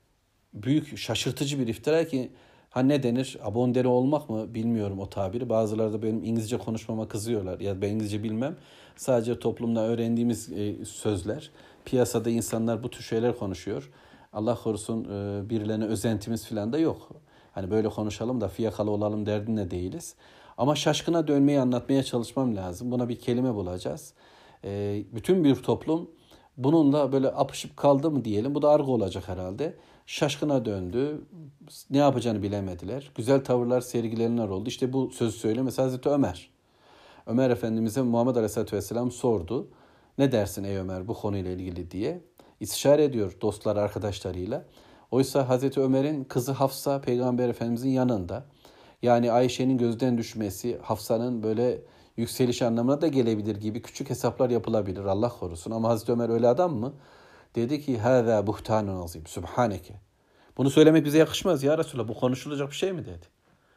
büyük şaşırtıcı bir iftira ki ha ne denir? Abondere olmak mı? Bilmiyorum o tabiri. Bazıları da benim İngilizce konuşmama kızıyorlar. Ya ben İngilizce bilmem. Sadece toplumda öğrendiğimiz e, sözler. Piyasada insanlar bu tür şeyler konuşuyor. Allah korusun e, birilerine özentimiz falan da yok. Hani böyle konuşalım da fiyakalı olalım derdinde değiliz. Ama şaşkına dönmeyi anlatmaya çalışmam lazım. Buna bir kelime bulacağız. E, bütün bir toplum bununla böyle apışıp kaldı mı diyelim. Bu da argo olacak herhalde. Şaşkına döndü. Ne yapacağını bilemediler. Güzel tavırlar sergilenenler oldu. İşte bu sözü söylemesi Hazreti Ömer. Ömer Efendimiz'e Muhammed Aleyhisselatü Vesselam sordu. Ne dersin ey Ömer bu konuyla ilgili diye. İstişare ediyor dostlar arkadaşlarıyla. Oysa Hazreti Ömer'in kızı Hafsa Peygamber Efendimiz'in yanında. Yani Ayşe'nin gözden düşmesi Hafsa'nın böyle yükseliş anlamına da gelebilir gibi küçük hesaplar yapılabilir Allah korusun. Ama Hazreti Ömer öyle adam mı? Dedi ki hâzâ buhtanun azim. Sübhaneke. Bunu söylemek bize yakışmaz ya Resulallah. Bu konuşulacak bir şey mi dedi.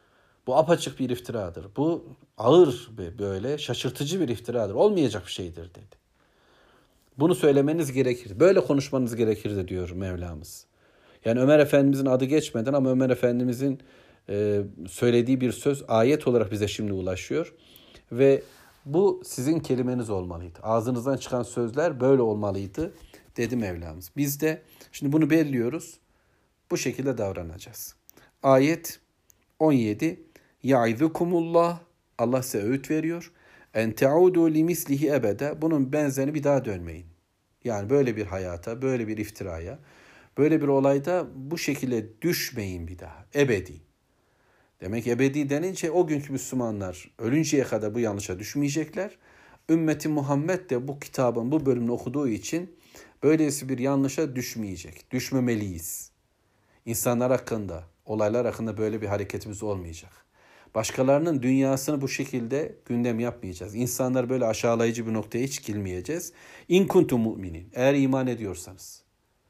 Bu apaçık bir iftiradır. Bu ağır böyle şaşırtıcı bir iftiradır. Olmayacak bir şeydir dedi. Bunu söylemeniz gerekir. Böyle konuşmanız gerekirdi diyor Mevlamız. Yani Ömer Efendimizin adı geçmeden ama Ömer Efendimizin e, söylediği bir söz ayet olarak bize şimdi ulaşıyor. Ve bu sizin kelimeniz olmalıydı. Ağzınızdan çıkan sözler böyle olmalıydı dedi Mevlamız. Biz de şimdi bunu belliyoruz. Bu şekilde davranacağız. Ayet on yedi. Ya'izukumullah. Allah size öğüt veriyor. En te'udu limislihi ebede. Bunun benzerini bir daha dönmeyin. Yani böyle bir hayata, böyle bir iftiraya, böyle bir olayda bu şekilde düşmeyin bir daha. Ebedi. Demek ebedi denince o günkü Müslümanlar ölünceye kadar bu yanlışa düşmeyecekler. Ümmeti Muhammed de bu kitabın bu bölümünü okuduğu için böylesi bir yanlışa düşmeyecek. Düşmemeliyiz. İnsanlar hakkında, olaylar hakkında böyle bir hareketimiz olmayacak. Başkalarının dünyasını bu şekilde gündem yapmayacağız. İnsanlar böyle aşağılayıcı bir noktaya hiç girmeyeceğiz. İn kuntum mu'minin. Eğer iman ediyorsanız.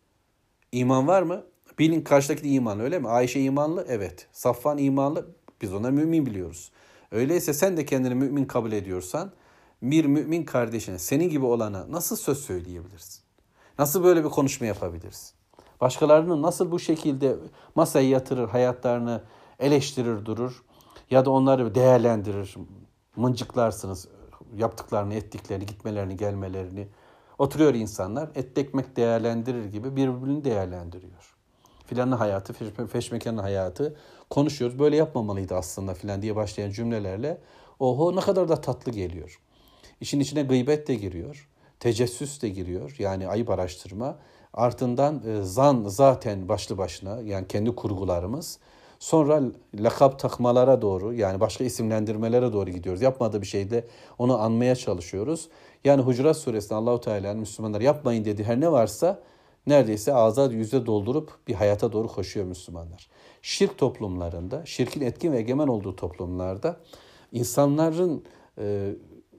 İman var mı? Bilin karşıdaki de imanlı, öyle mi? Ayşe imanlı, evet. Safvan imanlı, biz ona mümin biliyoruz. Öyleyse sen de kendini mümin kabul ediyorsan bir mümin kardeşine, senin gibi olana nasıl söz söyleyebilirsin? Nasıl böyle bir konuşma yapabilirsin? Başkalarının nasıl bu şekilde masaya yatırır, hayatlarını eleştirir durur ya da onları değerlendirir, mıncıklarsınız yaptıklarını, ettiklerini, gitmelerini, gelmelerini. Oturuyor insanlar, et ekmek değerlendirir gibi birbirini değerlendiriyor. Filanın hayatı, feşmekanın hayatı konuşuyoruz. Böyle yapmamalıydı aslında filan diye başlayan cümlelerle oho ne kadar da tatlı geliyor. İşin içine gıybet de giriyor. Tecessüs de giriyor. Yani ayıp araştırma. Ardından e, zan zaten başlı başına yani kendi kurgularımız. Sonra lakap takmalara doğru yani başka isimlendirmelere doğru gidiyoruz. Yapmadığı bir şeyde onu anmaya çalışıyoruz. Yani Hucurat Suresinde Allahu Teala'nın Müslümanlar yapmayın dediği her ne varsa neredeyse ağza yüze doldurup bir hayata doğru koşuyor Müslümanlar. Şirk toplumlarında, şirkin etkin ve egemen olduğu toplumlarda insanların e,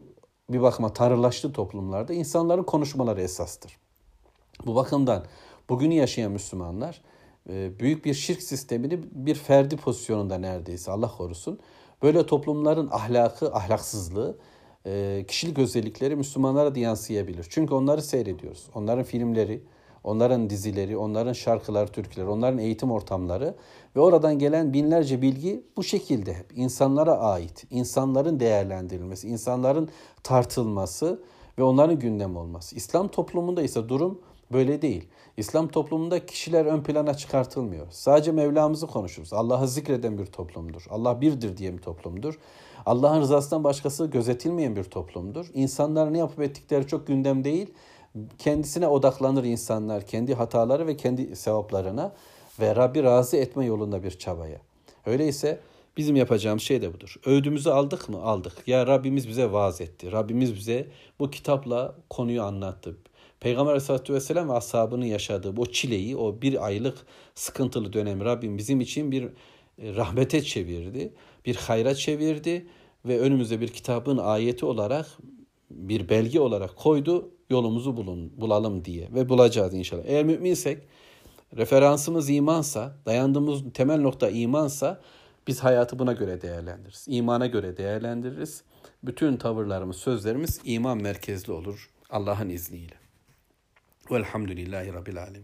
bir bakıma tanrılaştığı toplumlarda insanların konuşmaları esastır. Bu bakımdan bugünü yaşayan Müslümanlar büyük bir şirk sistemini bir ferdi pozisyonunda neredeyse Allah korusun. Böyle toplumların ahlakı, ahlaksızlığı, kişilik özellikleri Müslümanlara da yansıyabilir. Çünkü onları seyrediyoruz. Onların filmleri, onların dizileri, onların şarkıları, türküleri, onların eğitim ortamları ve oradan gelen binlerce bilgi bu şekilde insanlara ait, insanların değerlendirilmesi, insanların tartılması ve onların gündem olması. İslam toplumunda ise durum böyle değil. İslam toplumunda kişiler ön plana çıkartılmıyor. Sadece Mevlamızı konuşuruz. Allah'ı zikreden bir toplumdur. Allah birdir diye bir toplumdur. Allah'ın rızasından başkası gözetilmeyen bir toplumdur. İnsanlar ne yapıp ettikleri çok gündem değil. Kendisine odaklanır insanlar, kendi hataları ve kendi sevaplarına ve Rabbi razı etme yolunda bir çabaya. Öyleyse bizim yapacağımız şey de budur. Öğüdümüzü aldık mı? Aldık. Ya Rabbimiz bize vaaz etti. Rabbimiz bize bu kitapla konuyu anlattı. Peygamber Aleyhisselatü Vesselam ve ashabının yaşadığı o çileyi, o bir aylık sıkıntılı dönemi Rabbim bizim için bir rahmete çevirdi, bir hayra çevirdi ve önümüzde bir kitabın ayeti olarak, bir belge olarak koydu, yolumuzu bulun, bulalım diye ve bulacağız inşallah. Eğer müminsek, referansımız imansa, dayandığımız temel nokta imansa biz hayatı buna göre değerlendiririz. İmana göre değerlendiririz. Bütün tavırlarımız, sözlerimiz iman merkezli olur Allah'ın izniyle. Velhamdülillahi Rabbil alemin.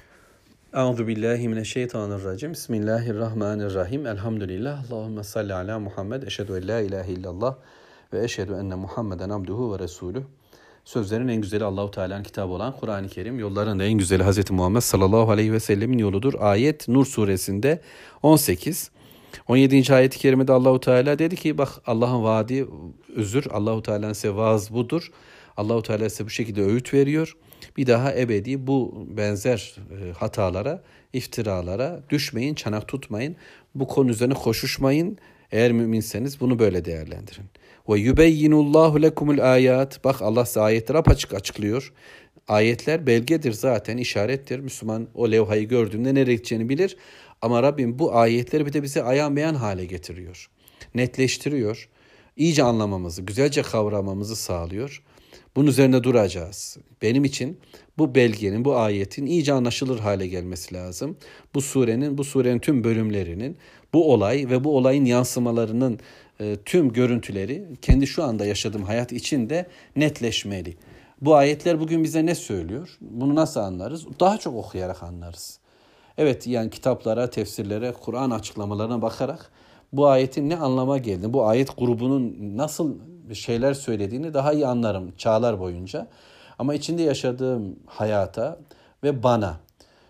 Euzu billahi mineşşeytanirracim. Bismillahirrahmanirrahim. Elhamdülillah. Allahumme salli ala Muhammed. Eşhedü en la ilahe illallah ve eşhedü enne Muhammeden abduhu ve resuluh. Sözlerin en güzeli Allahu Teala'nın kitabı olan Kur'an-ı Kerim, yolların da en güzeli Hazreti Muhammed sallallahu aleyhi ve sellemin yoludur. Ayet Nur suresinde on sekiz. on yedinci ayet-i kerimede Allahu Teala dedi ki bak Allah'ın vaadi özür, Allahu Teala'nın size vaaz budur. Allahu Teala size bu şekilde öğüt veriyor. Bir daha ebedi bu benzer hatalara, iftiralara düşmeyin, çanak tutmayın. Bu konu üzerine koşuşmayın. Eğer müminseniz bunu böyle değerlendirin. Ve yubeyyinullahu lekumul ayat. Bak Allah size ayetleri apaçık açıklıyor. Ayetler belgedir zaten, işarettir. Müslüman o levhayı gördüğünde nereye gideceğini bilir. Ama Rabbim bu ayetleri bir de bize ayan beyan hale getiriyor. Netleştiriyor. İyice anlamamızı, güzelce kavramamızı sağlıyor. Bunun üzerine duracağız. Benim için bu belgenin, bu ayetin iyice anlaşılır hale gelmesi lazım. Bu surenin, bu surenin tüm bölümlerinin, bu olay ve bu olayın yansımalarının e, tüm görüntüleri kendi şu anda yaşadığım hayat içinde netleşmeli. Bu ayetler bugün bize ne söylüyor? Bunu nasıl anlarız? Daha çok okuyarak anlarız. Evet, yani kitaplara, tefsirlere, Kur'an açıklamalarına bakarak bu ayetin ne anlama geldiğini, bu ayet grubunun nasıl şeyler söylediğini daha iyi anlarım çağlar boyunca. Ama içinde yaşadığım hayata ve bana,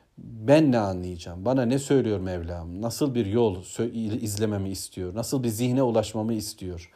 ben ne anlayacağım, bana ne söylüyor Mevlam, nasıl bir yol izlememi istiyor, nasıl bir zihne ulaşmamı istiyor,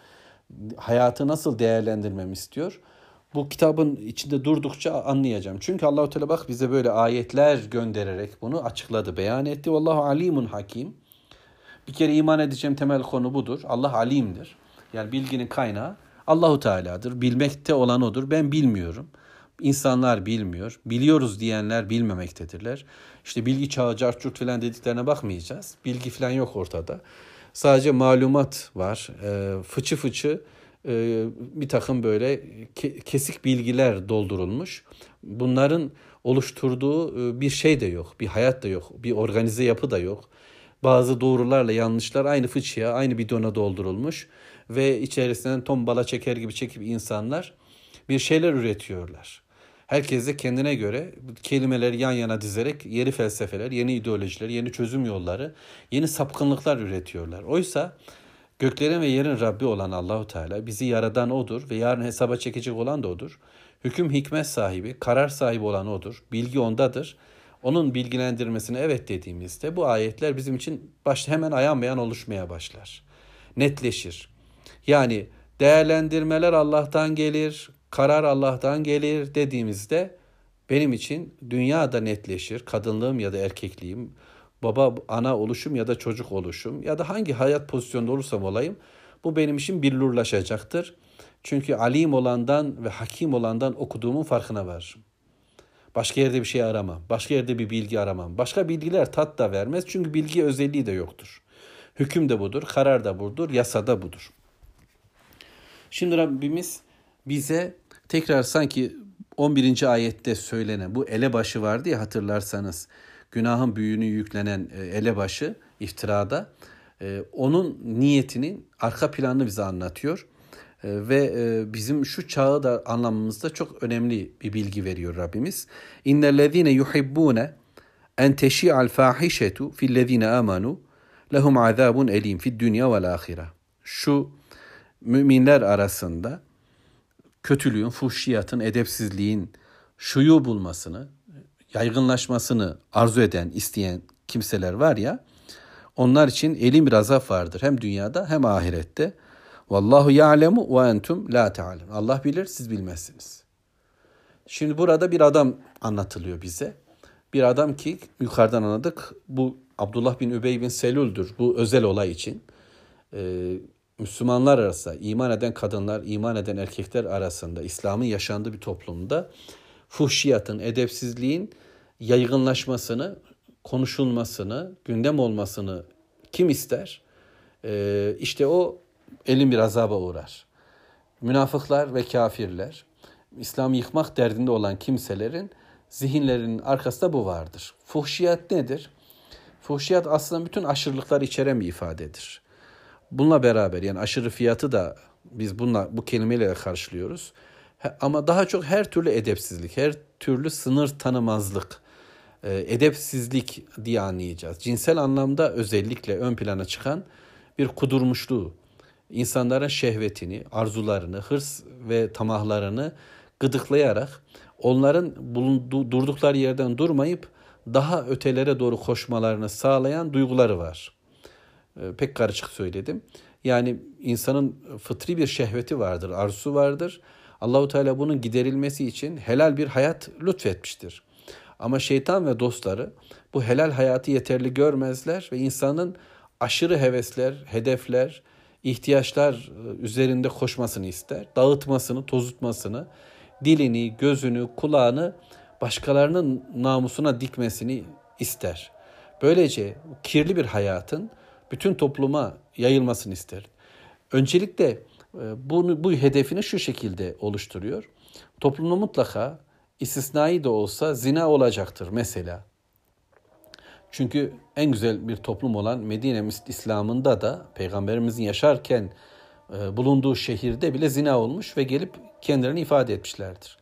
hayatı nasıl değerlendirmemi istiyor. Bu kitabın içinde durdukça anlayacağım. Çünkü Allah-u Teala bak bize böyle ayetler göndererek bunu açıkladı, beyan etti. Vallahu alimun hakim. Bir kere iman edeceğim temel konu budur. Allah alimdir. Yani bilginin kaynağı Allahu Teala'dır. Bilmekte olan odur. Ben bilmiyorum. İnsanlar bilmiyor. Biliyoruz diyenler bilmemektedirler. İşte bilgi çağı, carçurt falan dediklerine bakmayacağız. Bilgi falan yok ortada. Sadece malumat var. E, fıçı fıçı e, bir takım böyle ke- kesik bilgiler doldurulmuş. Bunların oluşturduğu e, bir şey de yok. Bir hayat da yok. Bir organize yapı da yok. Bazı doğrularla yanlışlar aynı fıçıya, aynı bidona doldurulmuş ve içerisinden tombala çeker gibi çekip insanlar bir şeyler üretiyorlar. Herkes de kendine göre kelimeleri yan yana dizerek yeni felsefeler, yeni ideolojiler, yeni çözüm yolları, yeni sapkınlıklar üretiyorlar. Oysa göklerin ve yerin Rabbi olan Allahu Teala, bizi yaradan O'dur ve yarın hesaba çekecek olan da O'dur. Hüküm hikmet sahibi, karar sahibi olan O'dur. Bilgi O'ndadır. Onun bilgilendirmesine evet dediğimizde bu ayetler bizim için başta hemen ayan beyan oluşmaya başlar. Netleşir. Yani değerlendirmeler Allah'tan gelir, karar Allah'tan gelir dediğimizde benim için dünya da netleşir. Kadınlığım ya da erkekliğim, baba, ana oluşum ya da çocuk oluşum ya da hangi hayat pozisyonda olursam olayım bu benim için billurlaşacaktır. Çünkü alim olandan ve hakim olandan okuduğumun farkına varırım. Başka yerde bir şey aramam. Başka yerde bir bilgi aramam. Başka bilgiler tat da vermez. Çünkü bilgi özelliği de yoktur. Hüküm de budur, karar da budur, yasa da budur. Şimdi Rabbimiz bize tekrar sanki on birinci ayette söylenen bu elebaşı vardı ya, hatırlarsanız. Günahın büyüğünü yüklenen elebaşı iftirada. Onun niyetinin arka planını bize anlatıyor. Ve bizim şu çağı da anlamamızda çok önemli bir bilgi veriyor Rabbimiz. İnnellezîne yuhibbûne en teşi'al fâhişetu fillezîne âmenû lehum azâbun elîm fid dünya vel âhire. Şu müminler arasında kötülüğün, fuhşiyatın, edepsizliğin şuyu bulmasını, yaygınlaşmasını arzu eden, isteyen kimseler var ya, onlar için elim bir azap vardır. Hem dünyada hem ahirette. Vallahu ya'lemu ve entum la ta'lemun. Allah bilir, siz bilmezsiniz. Şimdi burada bir adam anlatılıyor bize. Bir adam ki yukarıdan anladık. Bu Abdullah bin Übey bin Selül'dür. Bu özel olay için. Ee, Müslümanlar arasında, iman eden kadınlar, iman eden erkekler arasında, İslam'ın yaşandığı bir toplumda fuhşiyatın, edepsizliğin yaygınlaşmasını, konuşulmasını, gündem olmasını kim ister? Ee, işte o elin bir azaba uğrar. Münafıklar ve kafirler, İslam'ı yıkmak derdinde olan kimselerin zihinlerinin arkasında bu vardır. Fuhşiyat nedir? Fuhşiyat aslında bütün aşırılıkları içeren bir ifadedir. Bununla beraber, yani aşırı fiyatı da biz bununla, bu kelimeyle karşılıyoruz. Ama daha çok her türlü edepsizlik, her türlü sınır tanımazlık, edepsizlik diye anlayacağız. Cinsel anlamda özellikle ön plana çıkan bir kudurmuşluğu, insanların şehvetini, arzularını, hırs ve tamahlarını gıdıklayarak onların bulunduğu, durdukları yerden durmayıp daha ötelere doğru koşmalarını sağlayan duyguları var. Ee, pek karışık söyledim. Yani insanın fıtri bir şehveti vardır, arzusu vardır. Allahu Teala bunun giderilmesi için helal bir hayat lütfetmiştir. Ama şeytan ve dostları bu helal hayatı yeterli görmezler ve insanın aşırı hevesler, hedefler, ihtiyaçlar üzerinde koşmasını ister. Dağıtmasını, tozutmasını, dilini, gözünü, kulağını başkalarının namusuna dikmesini ister. Böylece kirli bir hayatın bütün topluma yayılmasını ister. Öncelikle bunu, bu hedefini şu şekilde oluşturuyor. Toplumda mutlaka istisnai de olsa zina olacaktır mesela. Çünkü en güzel bir toplum olan Medine İslam'ında da Peygamberimizin yaşarken e, bulunduğu şehirde bile zina olmuş ve gelip kendilerini ifade etmişlerdir.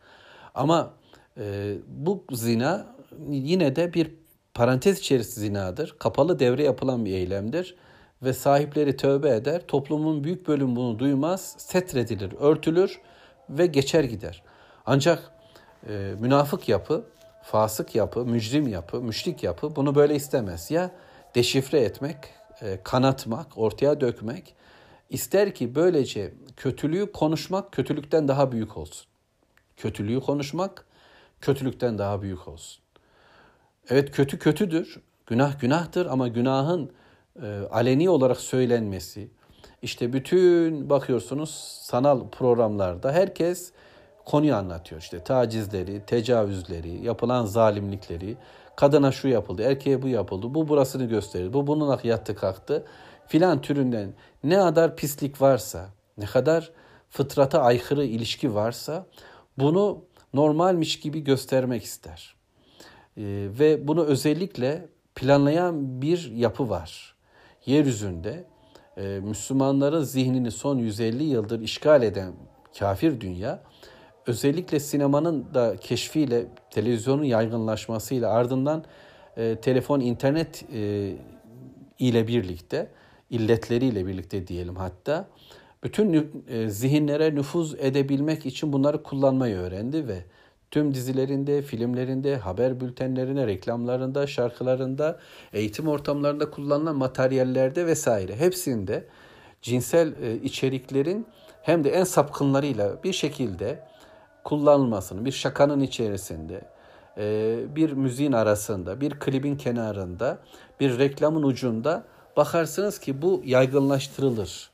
Ama e, bu zina yine de bir parantez içerisinde zinadır. Kapalı devre yapılan bir eylemdir. Ve sahipleri tövbe eder. Toplumun büyük bölümü bunu duymaz. Setredilir, örtülür ve geçer gider. Ancak e, münafık yapı, fasık yapı, mücrim yapı, müşrik yapı bunu böyle istemez. Ya deşifre etmek, e, kanatmak, ortaya dökmek. İster ki böylece kötülüğü konuşmak kötülükten daha büyük olsun. Kötülüğü konuşmak kötülükten daha büyük olsun. Evet, kötü kötüdür, günah günahtır ama günahın e, aleni olarak söylenmesi, işte bütün bakıyorsunuz sanal programlarda herkes konuyu anlatıyor. İşte tacizleri, tecavüzleri, yapılan zalimlikleri, kadına şu yapıldı, erkeğe bu yapıldı, bu burasını gösterir, bu bununla yattı kalktı filan türünden ne kadar pislik varsa, ne kadar fıtrata aykırı ilişki varsa bunu normalmiş gibi göstermek ister. Ee, ve bunu özellikle planlayan bir yapı var. Yeryüzünde e, Müslümanların zihnini son yüz elli yıldır işgal eden kafir dünya, özellikle sinemanın da keşfiyle, televizyonun yaygınlaşmasıyla ardından e, telefon, internet e, ile birlikte, illetleriyle birlikte diyelim hatta, bütün e, zihinlere nüfuz edebilmek için bunları kullanmayı öğrendi ve tüm dizilerinde, filmlerinde, haber bültenlerinde, reklamlarında, şarkılarında, eğitim ortamlarında kullanılan materyallerde vesaire hepsinde cinsel e, içeriklerin hem de en sapkınlarıyla bir şekilde kullanılmasını, bir şakanın içerisinde, e, bir müziğin arasında, bir klibin kenarında, bir reklamın ucunda bakarsınız ki bu yaygınlaştırılır.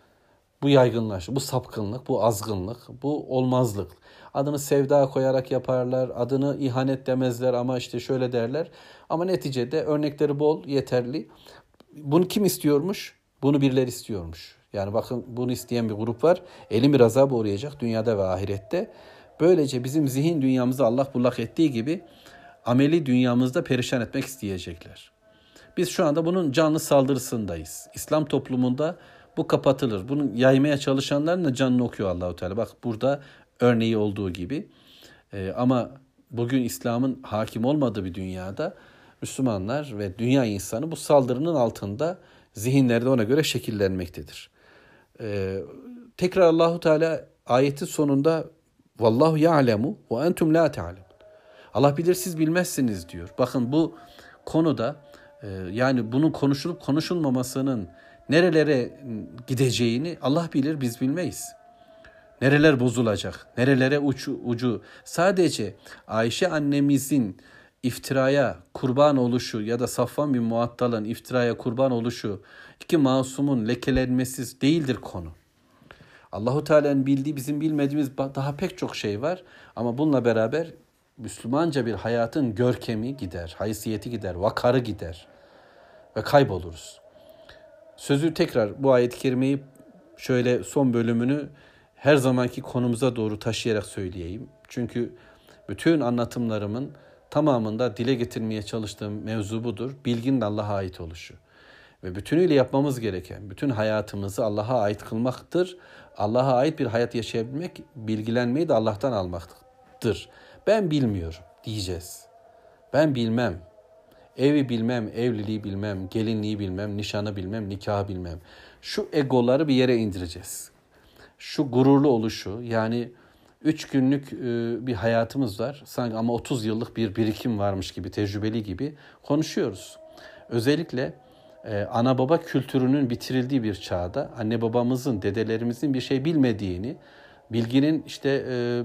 Bu yaygınlaşır, bu sapkınlık, bu azgınlık, bu olmazlık. Adını sevda koyarak yaparlar, adını ihanet demezler ama işte şöyle derler. Ama neticede örnekleri bol, yeterli. Bunu kim istiyormuş? Bunu birileri istiyormuş. Yani bakın, bunu isteyen bir grup var. Elin bir azaba uğrayacak dünyada ve ahirette. Böylece bizim zihin dünyamızı Allah bullak ettiği gibi ameli dünyamızda perişan etmek isteyecekler. Biz şu anda bunun canlı saldırısındayız. İslam toplumunda bu kapatılır. Bunu yaymaya çalışanların da canını okuyor Allah-u Teala. Bak burada örneği olduğu gibi. Ee, ama bugün İslam'ın hakim olmadığı bir dünyada Müslümanlar ve dünya insanı bu saldırının altında, zihinleri de ona göre şekillenmektedir. Ee, tekrar Allah-u Teala ayetin sonunda vallahu ya'lemu ve entum la ta'lemun. Allah bilir, siz bilmezsiniz diyor. Bakın bu konuda e, yani bunun konuşulup konuşulmamasının nerelere gideceğini Allah bilir, biz bilmeyiz. Nereler bozulacak, nerelere ucu, ucu. Sadece Ayşe annemizin iftiraya kurban oluşu ya da Safvan bin Muattal'ın iftiraya kurban oluşu, iki masumun lekelenmesi değildir konu. Allahu Teala'nın bildiği, bizim bilmediğimiz daha pek çok şey var ama bununla beraber Müslümanca bir hayatın görkemi gider, haysiyeti gider, vakarı gider ve kayboluruz. Sözü tekrar bu ayet-i kerimeyi şöyle son bölümünü her zamanki konumuza doğru taşıyarak söyleyeyim. Çünkü bütün anlatımlarımın tamamında dile getirmeye çalıştığım mevzu budur. Bilginin Allah'a ait oluşu. Ve bütünüyle yapmamız gereken, bütün hayatımızı Allah'a ait kılmaktır. Allah'a ait bir hayat yaşayabilmek, bilgilenmeyi de Allah'tan almaktır. Ben bilmiyorum diyeceğiz. Ben bilmem. Evi bilmem, evliliği bilmem, gelinliği bilmem, nişanı bilmem, nikahı bilmem. Şu egoları bir yere indireceğiz. Şu gururlu oluşu, yani üç günlük bir hayatımız var. Sanki ama otuz yıllık bir birikim varmış gibi, tecrübeli gibi konuşuyoruz. Özellikle ana baba kültürünün bitirildiği bir çağda anne babamızın, dedelerimizin bir şey bilmediğini, bilginin işte e,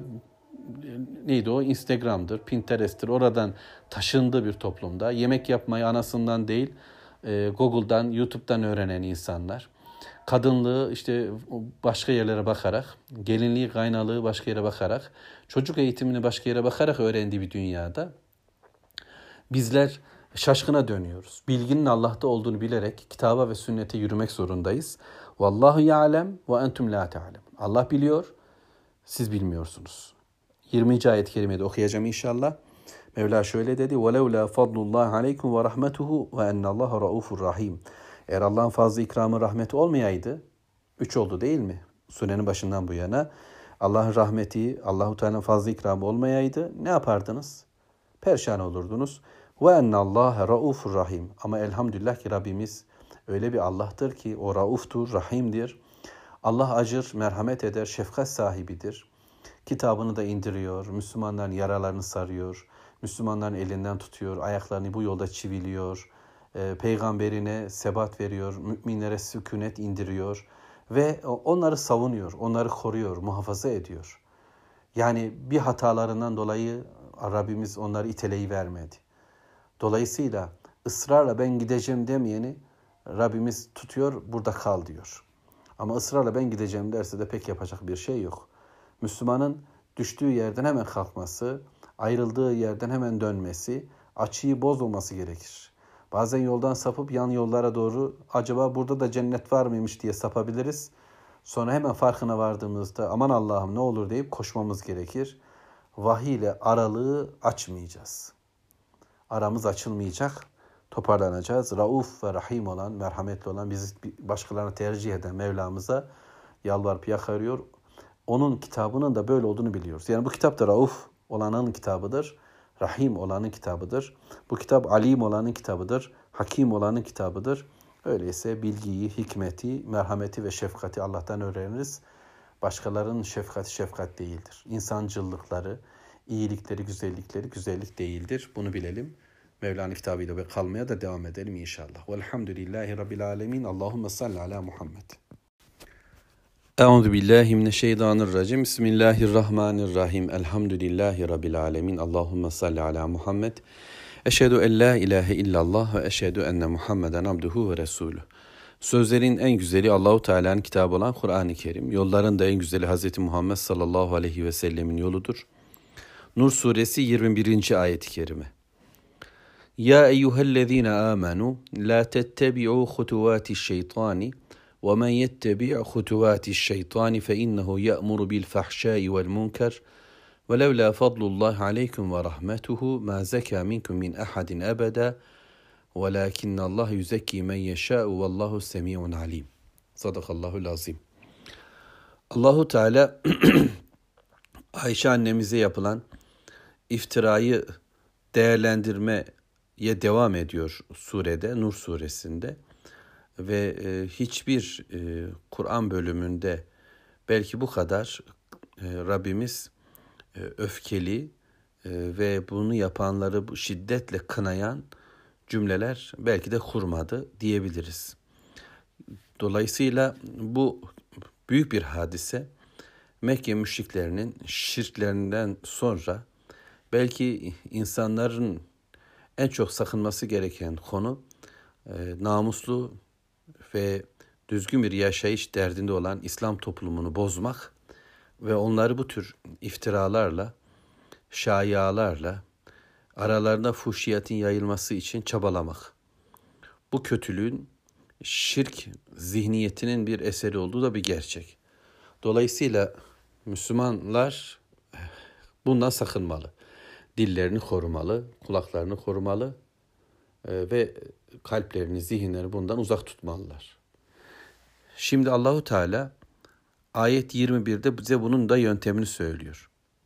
neydi o, Instagram'dır, Pinterest'tir, oradan taşındığı bir toplumda yemek yapmayı anasından değil e, Google'dan, YouTube'dan öğrenen insanlar, kadınlığı işte başka yerlere bakarak, gelinliği, kaynalığı başka yere bakarak, çocuk eğitimini başka yere bakarak öğrendiği bir dünyada bizler şaşkına dönüyoruz. Bilginin Allah'ta olduğunu bilerek kitaba ve sünnete yürümek zorundayız. Vallahu ya'lem ve entum la ta'lemun. Allah biliyor, siz bilmiyorsunuz. yirminci ayet-i kerimeyi okuyacağım inşallah. Mevla şöyle dedi: وَلَوْلَا فَضْلُ اللّٰهِ عَلَيْكُمْ وَرَحْمَتُهُ وَاَنَّ اللّٰهَ رَؤُوفٌ رَحِيمٌ. Eğer Allah'ın fazla ikramı, rahmeti olmayaydı, üç oldu değil mi? Surenin başından bu yana. Allah'ın rahmeti, Allahu Teala'nın fazla ikramı olmayaydı ne yapardınız? Perişan olurdunuz. Ve ennallâhe raufur rahim. Ama elhamdülillah ki Rabbimiz öyle bir Allah'tır ki o rauftur, rahimdir. Allah acır, merhamet eder, şefkat sahibidir. Kitabını da indiriyor, Müslümanların yaralarını sarıyor, Müslümanların elinden tutuyor, ayaklarını bu yolda çiviliyor, e, peygamberine sebat veriyor, müminlere sükunet indiriyor ve onları savunuyor, onları koruyor, muhafaza ediyor. Yani bir hatalarından dolayı Rabbimiz onları iteleyivermedi. Dolayısıyla ısrarla ben gideceğim demeyeni Rabbimiz tutuyor, burada kal diyor. Ama ısrarla ben gideceğim derse de pek yapacak bir şey yok. Müslümanın düştüğü yerden hemen kalkması, ayrıldığı yerden hemen dönmesi, açıyı bozmaması gerekir. Bazen yoldan sapıp yan yollara doğru acaba burada da cennet var mıymış diye sapabiliriz. Sonra hemen farkına vardığımızda aman Allah'ım ne olur deyip koşmamız gerekir. Vahiy ile aralığı açmayacağız. Aramız açılmayacak, toparlanacağız. Rauf ve Rahim olan, merhametli olan, bizi başkalarına tercih eden Mevlamıza yalvarıp yakarıyor. Onun kitabının da böyle olduğunu biliyoruz. Yani bu kitap da Rauf olanın kitabıdır, Rahim olanın kitabıdır. Bu kitap Alim olanın kitabıdır, Hakim olanın kitabıdır. Öyleyse bilgiyi, hikmeti, merhameti ve şefkati Allah'tan öğreniriz. Başkalarının şefkati şefkat değildir. İnsancıllıkları, iyilikleri, güzellikleri güzellik değildir. Bunu bilelim. Mevlana kitabıyla ve kalmaya da devam edelim inşallah. Velhamdülillahi Rabbil alemin. Allahümme salli ala Muhammed. Euzu billahi mineşşeytanirracim. Bismillahirrahmanirrahim. Elhamdülillahi Rabbil alemin. Allahümme salli ala Muhammed. Eşhedü en la ilahe illallah ve eşhedü enne Muhammeden abduhu ve resulü. Sözlerin en güzeli Allahu Teala'nın kitabı olan Kur'an-ı Kerim. Yolların da en güzeli Hazreti Muhammed sallallahu aleyhi ve sellemin yoludur. Nur suresi yirmi birinci ayet-i kerime. Ya eyyühellezine amenu la tettebi'u hutuvati'ş-şeytani ve men yettebi' hutuvati'ş-şeytani fe innehu ya'muru bil fahşai vel munker ve levla fadlullahi aleykum ve rahmetuhu ma zeka minkum min ahadin ebeda velakinnallah yuzekki men yeşâ'u vallahu semî'un alim. Sadakallahul azim. Allahu Teala Ayşe annemize yapılan iftirayı değerlendirmeye devam ediyor surede, Nur suresinde ve e, hiçbir e, Kur'an bölümünde belki bu kadar e, Rabbimiz e, öfkeli e, ve bunu yapanları şiddetle kınayan cümleler belki de kurmadı diyebiliriz. Dolayısıyla bu büyük bir hadise. Mekke müşriklerinin şirklerinden sonra belki insanların en çok sakınması gereken konu e, namuslu ve düzgün bir yaşayış derdinde olan İslam toplumunu bozmak ve onları bu tür iftiralarla, şayialarla aralarında fuhşiyetin yayılması için çabalamak. Bu kötülüğün şirk zihniyetinin bir eseri olduğu da bir gerçek. Dolayısıyla Müslümanlar bundan sakınmalı. Dillerini korumalı, kulaklarını korumalı ve kalplerini, zihinlerini bundan uzak tutmalılar. Şimdi Allahu Teala ayet yirmi birde bize bunun da yöntemini söylüyor.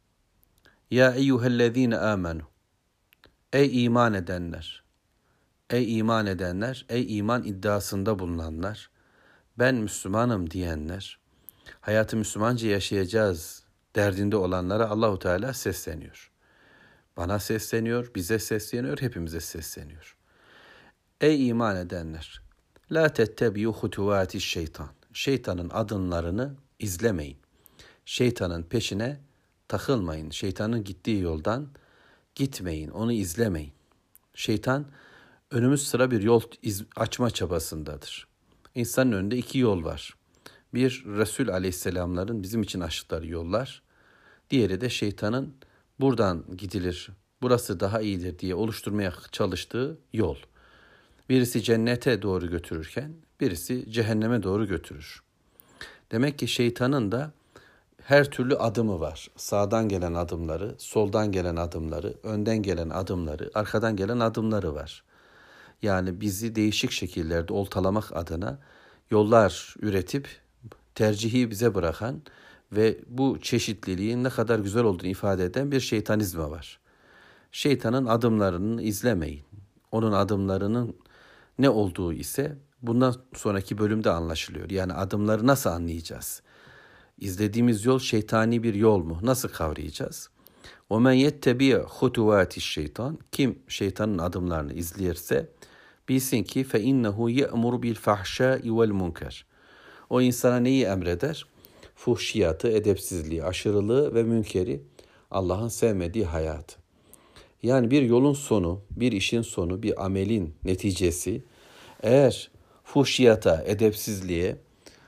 Ya eyyühellezine amenu. Ey iman edenler. Ey iman edenler, ey iman iddiasında bulunanlar, ben Müslümanım diyenler, hayatı Müslümanca yaşayacağız derdinde olanlara Allahu Teala sesleniyor. Bana sesleniyor, bize sesleniyor, hepimize sesleniyor. Ey iman edenler, la tettebi'u hutuvati'ş şeytan. Şeytanın adımlarını izlemeyin. Şeytanın peşine takılmayın. Şeytanın gittiği yoldan gitmeyin, onu izlemeyin. Şeytan önümüz sıra bir yol açma çabasındadır. İnsanın önünde iki yol var. Bir, Resul Aleyhisselamların bizim için açtıkları yollar. Diğeri de şeytanın buradan gidilir, burası daha iyidir diye oluşturmaya çalıştığı yol. Birisi cennete doğru götürürken birisi cehenneme doğru götürür. Demek ki şeytanın da her türlü adımı var. Sağdan gelen adımları, soldan gelen adımları, önden gelen adımları, arkadan gelen adımları var. Yani bizi değişik şekillerde oltalamak adına yollar üretip tercihi bize bırakan ve bu çeşitliliğin ne kadar güzel olduğunu ifade eden bir şeytanizme var. Şeytanın adımlarını izlemeyin. Onun adımlarının ne olduğu ise bundan sonraki bölümde anlaşılıyor. Yani adımları nasıl anlayacağız? İzlediğimiz yol şeytani bir yol mu? Nasıl kavrayacağız? وَمَنْ يَتَّبِيَ خُتُوَاتِ الشَّيْطَانِ Kim şeytanın adımlarını izleyirse bilsin ki فَاِنَّهُ يَأْمُرُ بِالْفَحْشَاءِ وَالْمُنْكَرِ O insana neyi emreder? Fuhşiyatı, edepsizliği, aşırılığı ve münkeri, Allah'ın sevmediği hayatı. Yani bir yolun sonu, bir işin sonu, bir amelin neticesi eğer fuhşiyata, edepsizliğe,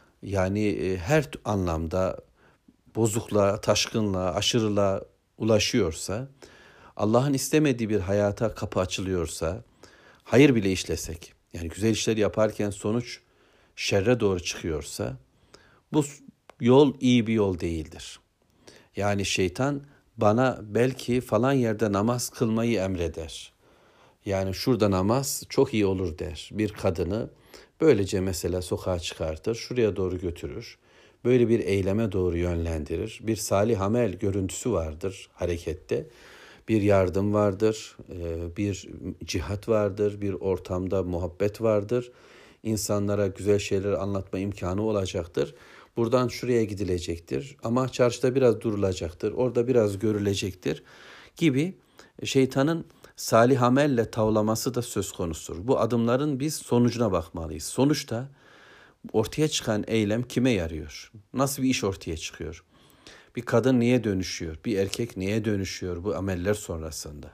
yani her anlamda bozukluğa, taşkınlığa, aşırılığa ulaşıyorsa, Allah'ın istemediği bir hayata kapı açılıyorsa, hayır bile işlesek, yani güzel işler yaparken sonuç şerre doğru çıkıyorsa, bu yol iyi bir yol değildir. Yani şeytan bana belki falan yerde namaz kılmayı emreder. Yani şurada namaz çok iyi olur der. Bir kadını böylece mesela sokağa çıkartır, şuraya doğru götürür. Böyle bir eyleme doğru yönlendirir. Bir salih amel görüntüsü vardır harekette. Bir yardım vardır, bir cihat vardır, bir ortamda muhabbet vardır. İnsanlara güzel şeyler anlatma imkanı olacaktır. Buradan şuraya gidilecektir ama çarşıda biraz durulacaktır, orada biraz görülecektir gibi şeytanın salih amelle tavlaması da söz konusudur. Bu adımların biz sonucuna bakmalıyız. Sonuçta ortaya çıkan eylem kime yarıyor? Nasıl bir iş ortaya çıkıyor? Bir kadın niye dönüşüyor? Bir erkek niye dönüşüyor bu ameller sonrasında?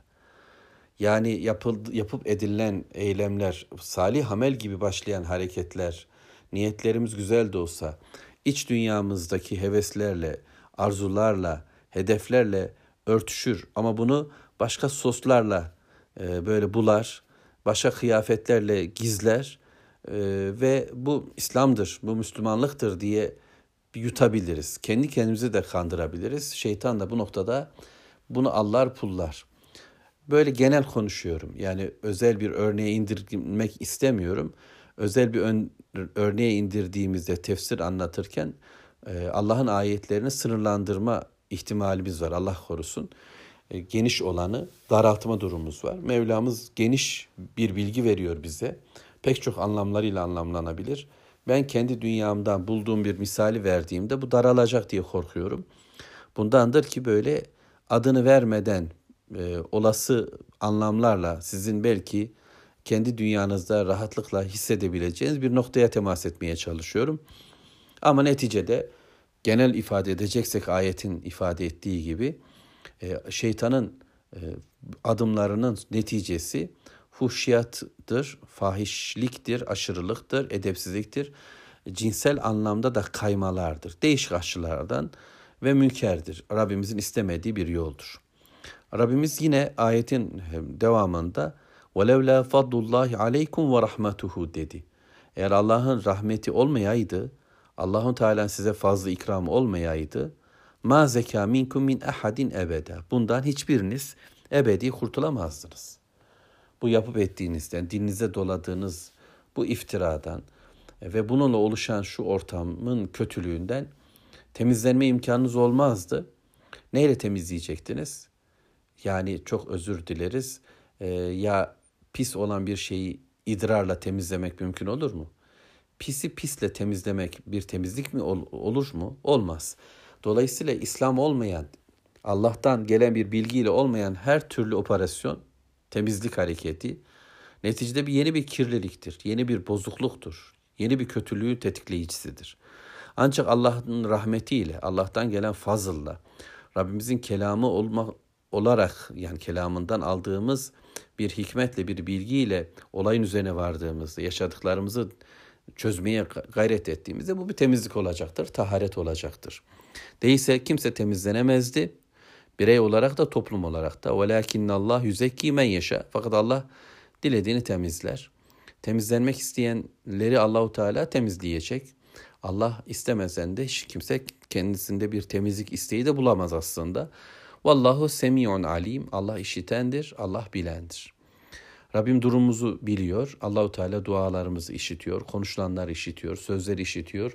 Yani yapıldı, yapıp edilen eylemler, salih amel gibi başlayan hareketler, niyetlerimiz güzel de olsa, iç dünyamızdaki heveslerle, arzularla, hedeflerle örtüşür. Ama bunu başka soslarla e, böyle bular, başka kıyafetlerle gizler e, ve bu İslam'dır, bu Müslümanlıktır diye yutabiliriz. Kendi kendimizi de kandırabiliriz. Şeytan da bu noktada bunu allar pullar. Böyle genel konuşuyorum. Yani özel bir örneğe indirmek istemiyorum. Özel bir ön, örneğe indirdiğimizde tefsir anlatırken e, Allah'ın ayetlerini sınırlandırma ihtimalimiz var. Allah korusun. E, geniş olanı daraltma durumumuz var. Mevlamız geniş bir bilgi veriyor bize. Pek çok anlamlarıyla anlamlanabilir. Ben kendi dünyamdan bulduğum bir misali verdiğimde bu daralacak diye korkuyorum. Bundandır ki böyle adını vermeden e, olası anlamlarla sizin belki kendi dünyanızda rahatlıkla hissedebileceğiniz bir noktaya temas etmeye çalışıyorum. Ama neticede genel ifade edeceksek ayetin ifade ettiği gibi e, şeytanın e, adımlarının neticesi fuhşiyattır, fahişliktir, aşırılıktır, edepsizliktir, cinsel anlamda da kaymalardır. Değişik açılardan ve münkerdir. Rabbimizin istemediği bir yoldur. Rabbimiz yine ayetin devamında وَلَوْلَا فَضْلُ اللّٰهِ عَلَيْكُمْ وَرَحْمَتُهُ dedi. Eğer Allah'ın rahmeti olmayaydı, Allah'ın Teala'nın size fazla ikramı olmayaydı, مَا زَكَى مِنْكُمْ مِنْ اَحَدٍ ebede. Bundan hiçbiriniz ebedi kurtulamazdınız. Bu yapıp ettiğinizden, dilinize doladığınız bu iftiradan ve bununla oluşan şu ortamın kötülüğünden temizlenme imkanınız olmazdı. Neyle temizleyecektiniz? Yani çok özür dileriz. Ee, ya pis olan bir şeyi idrarla temizlemek mümkün olur mu? Pisi pisle temizlemek bir temizlik mi ol, olur mu? Olmaz. Dolayısıyla İslam olmayan, Allah'tan gelen bir bilgiyle olmayan her türlü operasyon, temizlik hareketi neticede bir yeni bir kirliliktir, yeni bir bozukluktur, yeni bir kötülüğü tetikleyicisidir. Ancak Allah'ın rahmetiyle, Allah'tan gelen fazılla, Rabbimizin kelamı olma, olarak yani kelamından aldığımız bir hikmetle, bir bilgiyle olayın üzerine vardığımızda, yaşadıklarımızı çözmeye gayret ettiğimizde bu bir temizlik olacaktır, taharet olacaktır. Değilse kimse temizlenemezdi. Birey olarak da toplum olarak da. وَلَاكِنَّ اللّٰهُ يُزَكِّي مَنْ يَشَاءُ Fakat Allah dilediğini temizler. Temizlenmek isteyenleri Allahu Teala temizleyecek. Allah istemesen de hiç kimse kendisinde bir temizlik isteği de bulamaz aslında. Vallahu semi'un alim. Allah işitendir, Allah bilendir. Rabbim durumumuzu biliyor. Allahu Teala dualarımızı işitiyor, konuşulanları işitiyor, sözleri işitiyor.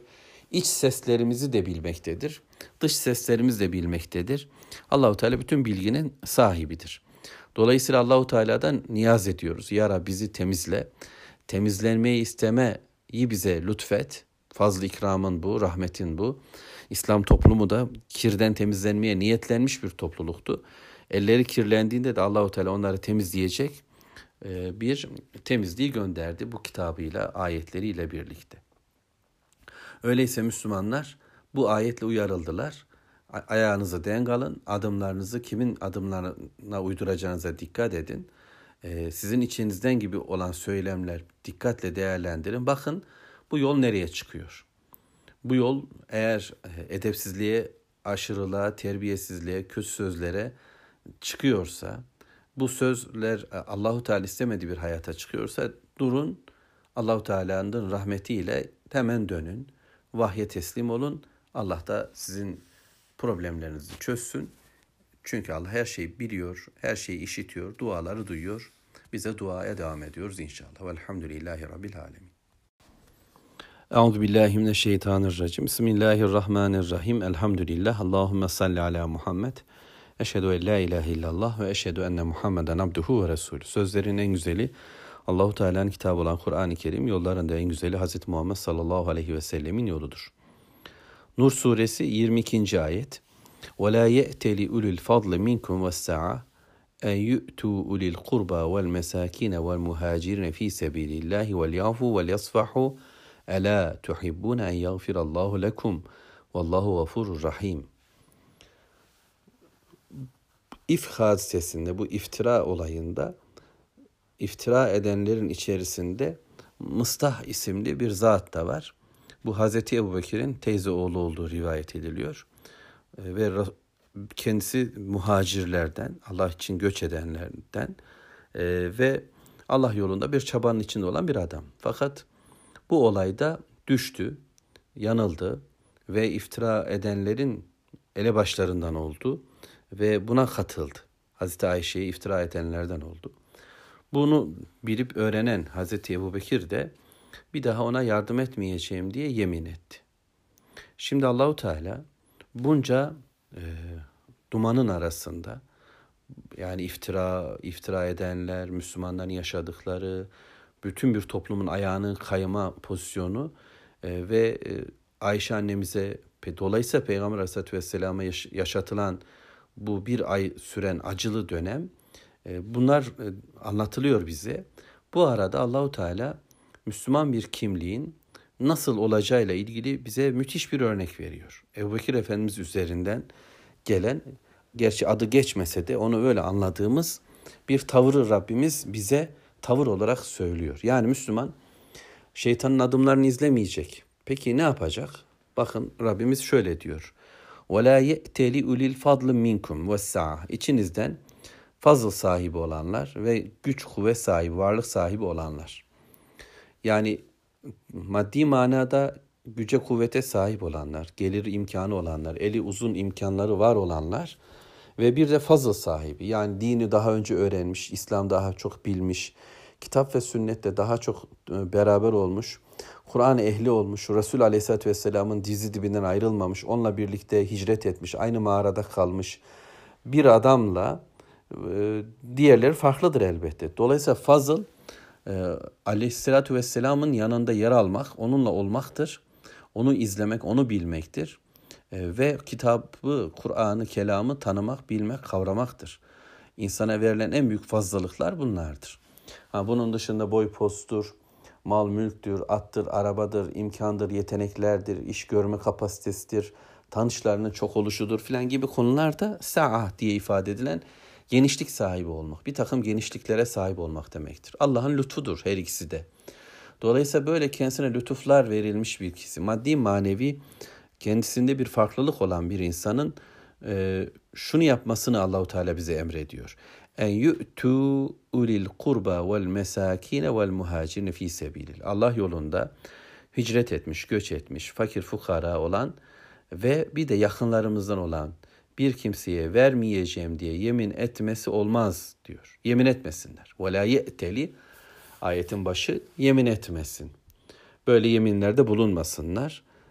İç seslerimizi de bilmektedir. Dış seslerimizi de bilmektedir. Allahu Teala bütün bilginin sahibidir. Dolayısıyla Allahu Teala'dan niyaz ediyoruz. Ya Rabbi bizi temizle. Temizlenmeyi istemeyi bize lütfet. Fazl-ı ikramın bu, rahmetin bu. İslam toplumu da kirden temizlenmeye niyetlenmiş bir topluluktu. Elleri kirlendiğinde de Allahu Teala onları temizleyecek bir temizliği gönderdi bu kitabıyla, ayetleriyle birlikte. Öyleyse Müslümanlar bu ayetle uyarıldılar. Ayağınızı denk alın, adımlarınızı kimin adımlarına uyduracağınıza dikkat edin. Sizin içinizden gibi olan söylemler dikkatle değerlendirin. Bakın bu yol nereye çıkıyor? Bu yol eğer edepsizliğe, aşırılığa, terbiyesizliğe, kötü sözlere çıkıyorsa, bu sözler Allahu Teala istemediği bir hayata çıkıyorsa durun, Allahu Teala'nın rahmetiyle hemen dönün, vahye teslim olun. Allah da sizin problemlerinizi çözsün. Çünkü Allah her şeyi biliyor, her şeyi işitiyor, duaları duyuyor. Bize duaya devam ediyoruz inşallah. Velhamdülillahi Rabbil Alemin. Euzubillahimineşşeytanirracim. Bismillahirrahmanirrahim. Elhamdülillah. Allahümme salli ala Muhammed. Eşhedü en la ilahe illallah ve eşhedü enne Muhammeden abduhu ve resulü. Sözlerin en güzeli Allahu Teala'nın kitabı olan Kur'an-ı Kerim, yollarında en güzeli Hazreti Muhammed sallallahu aleyhi ve sellemin yoludur. Nur suresi yirmi ikinci ayet. وَلَا يَأْتَلِ اُلُوا الْفَضْلِ مِنْكُمْ وَالسَّعَةِ اَنْ يُؤْتُوا اُلِي الْقُرْبَى وَالْمَسَاكِينَ وَالْمُهَاجِرِينَ فِي سَبِيلِ اللّٰهِ وَلْيَعْفُوا وَلْيَصْفَحُوا أَلَا تُحِبُّونَ أَنْ يَغْفِرَ اللّٰهُ لَكُمْ وَاللّٰهُ غَفُورٌ rahim. İfk hadisesinde, bu iftira olayında, iftira edenlerin içerisinde Mıstah isimli bir zat da var. Bu Hazreti Ebubekir'in teyze oğlu olduğu rivayet ediliyor. Ve kendisi muhacirlerden, Allah için göç edenlerden ve Allah yolunda bir çabanın içinde olan bir adam. Fakat bu olayda düştü, yanıldı ve iftira edenlerin elebaşlarından oldu ve buna katıldı. Hazreti Ayşe'yi iftira edenlerden oldu. Bunu bilip öğrenen Hazreti Ebubekir de bir daha ona yardım etmeyeceğim diye yemin etti. Şimdi Allahu Teala bunca e, dumanın arasında, yani iftira iftira edenler, Müslümanların yaşadıkları, bütün bir toplumun ayağının kayma pozisyonu e, ve e, Ayşe annemize, dolayısıyla Peygamber Aleyhisselatü Vesselam'a yaşatılan bu bir ay süren acılı dönem, e, bunlar e, anlatılıyor bize. Bu arada Allahu Teala Müslüman bir kimliğin nasıl olacağıyla ilgili bize müthiş bir örnek veriyor. Ebubekir Efendimiz üzerinden gelen, gerçi adı geçmese de onu öyle anladığımız bir tavırı Rabbimiz bize tavır olarak söylüyor. Yani Müslüman şeytanın adımlarını izlemeyecek. Peki ne yapacak? Bakın Rabbimiz şöyle diyor. وَلَا يَأْتَلِ اُلِي الْفَضْلِ مِنْكُمْ وَالسَّعَةِ İçinizden fazıl sahibi olanlar ve güç kuvvet sahibi, varlık sahibi olanlar. Yani maddi manada güce kuvvete sahip olanlar, gelir imkanı olanlar, eli uzun imkanları var olanlar ve bir de fazıl sahibi. Yani dini daha önce öğrenmiş, İslam daha çok bilmiş, kitap ve sünnette daha çok beraber olmuş, Kur'an ehli olmuş, Resul Aleyhisselatü Vesselam'ın dizi dibinden ayrılmamış, onunla birlikte hicret etmiş, aynı mağarada kalmış bir adamla e, diğerleri farklıdır elbette. Dolayısıyla fazıl e, Aleyhisselatü Vesselam'ın yanında yer almak, onunla olmaktır. Onu izlemek, onu bilmektir. E, ve kitabı, Kur'an'ı, kelamı tanımak, bilmek, kavramaktır. İnsana verilen en büyük fazlalıklar bunlardır. Ha, bunun dışında boy postur, mal mülktür, attır, arabadır, imkandır, yeteneklerdir, iş görme kapasitesidir, tanışlarının çok oluşudur filan gibi konularda sa'ah diye ifade edilen genişlik sahibi olmak, bir takım genişliklere sahip olmak demektir. Allah'ın lütfudur her ikisi de. Dolayısıyla böyle kendisine lütuflar verilmiş bir kişi, maddi manevi kendisinde bir farklılık olan bir insanın e, şunu yapmasını Allahu Teala bize emrediyor. En yu'tu ulil kurba vel mesakine vel muhacirin fi sebilillah. Allah yolunda hicret etmiş, göç etmiş, fakir fukara olan ve bir de yakınlarımızdan olan bir kimseye vermeyeceğim diye yemin etmesi olmaz diyor. Yemin etmesinler. Ve la ye'teli, ayetin başı yemin etmesin. Böyle yeminlerde bulunmasınlar.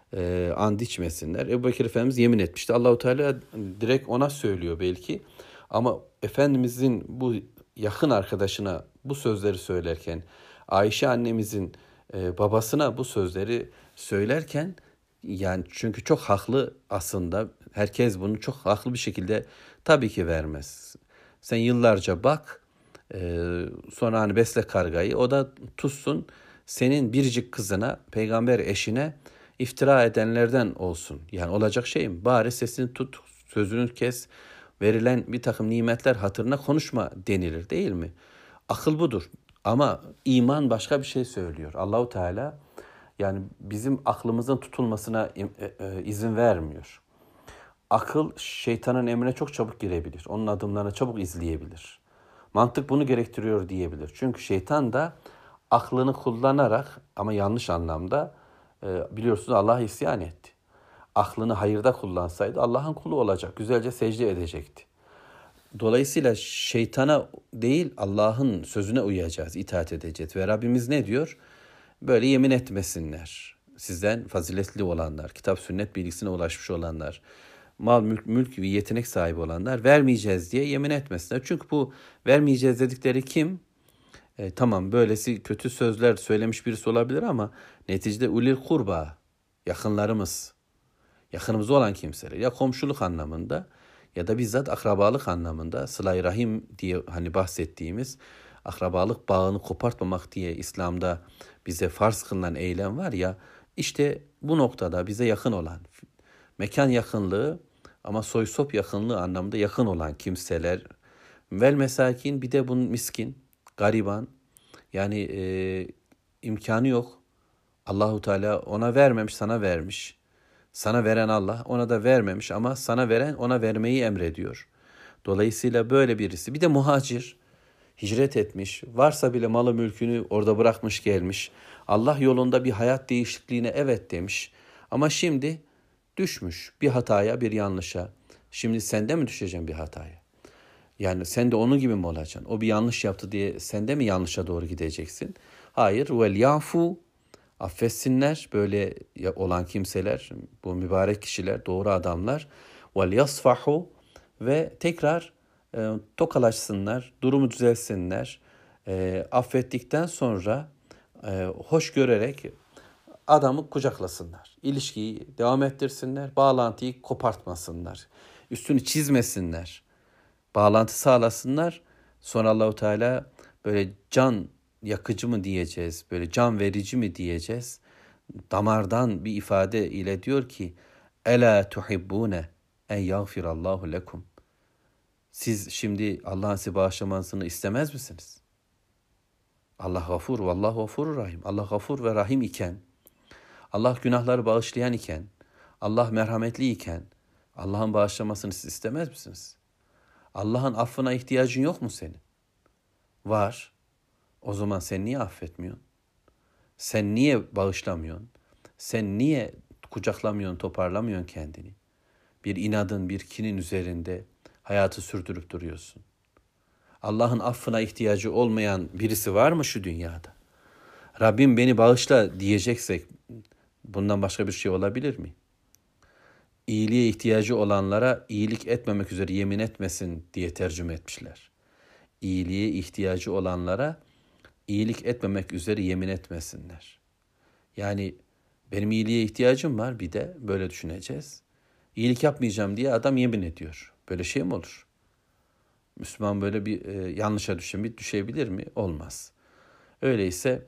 e, and içmesinler. Ebu Bekir Efendimiz yemin etmişti. Allahu Teala direkt ona söylüyor belki. Ama Efendimizin bu yakın arkadaşına bu sözleri söylerken, Ayşe annemizin e, babasına bu sözleri söylerken, yani çünkü çok haklı aslında. Herkes bunu çok haklı bir şekilde tabii ki vermez. Sen yıllarca bak, e, sonra hani besle kargayı, o da tutsun senin biricik kızına, peygamber eşine iftira edenlerden olsun. Yani olacak şey mi? Bari sesini tut, sözünü kes, verilen bir takım nimetler hatırına konuşma denilir, değil mi? Akıl budur. Ama iman başka bir şey söylüyor. Allahu Teala yani bizim aklımızın tutulmasına izin vermiyor. Akıl şeytanın emrine çok çabuk girebilir. Onun adımlarını çabuk izleyebilir. Mantık bunu gerektiriyor diyebilir. Çünkü şeytan da aklını kullanarak, ama yanlış anlamda, biliyorsunuz Allah'a isyan etti. Aklını hayırda kullansaydı Allah'ın kulu olacak. Güzelce secde edecekti. Dolayısıyla şeytana değil Allah'ın sözüne uyacağız, itaat edeceğiz. Ve Rabbimiz ne diyor? Böyle yemin etmesinler. Sizden faziletli olanlar, kitap sünnet bilgisine ulaşmış olanlar, mal mülk, mülk ve yetenek sahibi olanlar vermeyeceğiz diye yemin etmesinler. Çünkü bu vermeyeceğiz dedikleri kim? E, tamam böylesi kötü sözler söylemiş birisi olabilir ama neticede ulil kurba, yakınlarımız, yakınımız olan kimseler, ya komşuluk anlamında ya da bizzat akrabalık anlamında, sıla-i rahim diye hani bahsettiğimiz akrabalık bağını kopartmamak diye İslam'da bize farz kılınan eylem var ya, işte bu noktada bize yakın olan, mekan yakınlığı ama soy sop yakınlığı anlamında yakın olan kimseler, vel mesakin, bir de bunun miskin, gariban, yani e, imkanı yok. Allahu Teala ona vermemiş, sana vermiş. Sana veren Allah, ona da vermemiş ama sana veren ona vermeyi emrediyor. Dolayısıyla böyle birisi. Bir de muhacir, hicret etmiş, varsa bile malı mülkünü orada bırakmış gelmiş. Allah yolunda bir hayat değişikliğine evet demiş. Ama şimdi düşmüş bir hataya, bir yanlışa. Şimdi sen de mi düşeceksin bir hataya? Yani sen de onun gibi mi olacaksın? O bir yanlış yaptı diye sen de mi yanlışa doğru gideceksin? Hayır. Vel yafu, affetsinler böyle olan kimseler, bu mübarek kişiler, doğru adamlar. Vel yasfahu, ve tekrar e, tokalaşsınlar, durumu düzelsinler. E, affettikten sonra e, hoş görerek adamı kucaklasınlar. İlişkiyi devam ettirsinler, bağlantıyı kopartmasınlar. Üstünü çizmesinler. Bağlantı sağlasınlar. Sonra Allahu Teala böyle can yakıcı mı diyeceğiz, böyle can verici mi diyeceğiz? Damardan bir ifade ile diyor ki: "Ela tuhibbune en yagfirallahu lekum." Siz şimdi Allah'ın size bağışlamasını istemez misiniz? Allah gafur, vallahu gafurur rahim. Allah gafur ve rahim iken, Allah günahları bağışlayan iken, Allah merhametli iken, Allah'ın bağışlamasını siz istemez misiniz? Allah'ın affına ihtiyacın yok mu senin? Var. O zaman sen niye affetmiyorsun? Sen niye bağışlamıyorsun? Sen niye kucaklamıyorsun, toparlamıyorsun kendini? Bir inadın, bir kinin üzerinde hayatı sürdürüp duruyorsun. Allah'ın affına ihtiyacı olmayan birisi var mı şu dünyada? Rabbim beni bağışla diyeceksek bundan başka bir şey olabilir mi? İyiliğe ihtiyacı olanlara iyilik etmemek üzere yemin etmesin diye tercüme etmişler. İyiliğe ihtiyacı olanlara iyilik etmemek üzere yemin etmesinler. Yani benim iyiliğe ihtiyacım var, bir de böyle düşüneceğiz. İyilik yapmayacağım diye adam yemin ediyor. Böyle şey mi olur? Müslüman böyle bir e, yanlışa düşen bir düşebilir mi? Olmaz. Öyleyse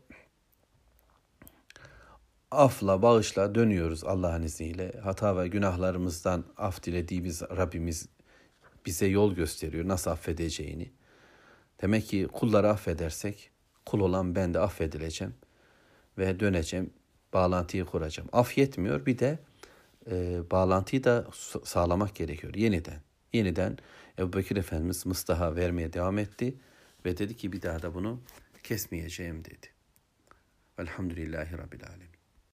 afla, bağışla dönüyoruz Allah'ın izniyle. Hata ve günahlarımızdan af dilediğimiz Rabbimiz bize yol gösteriyor nasıl affedeceğini. Demek ki kulları affedersek, kul olan ben de affedileceğim ve döneceğim, bağlantıyı kuracağım. Af yetmiyor, bir de e, bağlantıyı da sağlamak gerekiyor yeniden. Yeniden Ebu Bekir Efendimiz mıstaha vermeye devam etti ve dedi ki bir daha da bunu kesmeyeceğim dedi. Velhamdülillahi Rabbil Alemin.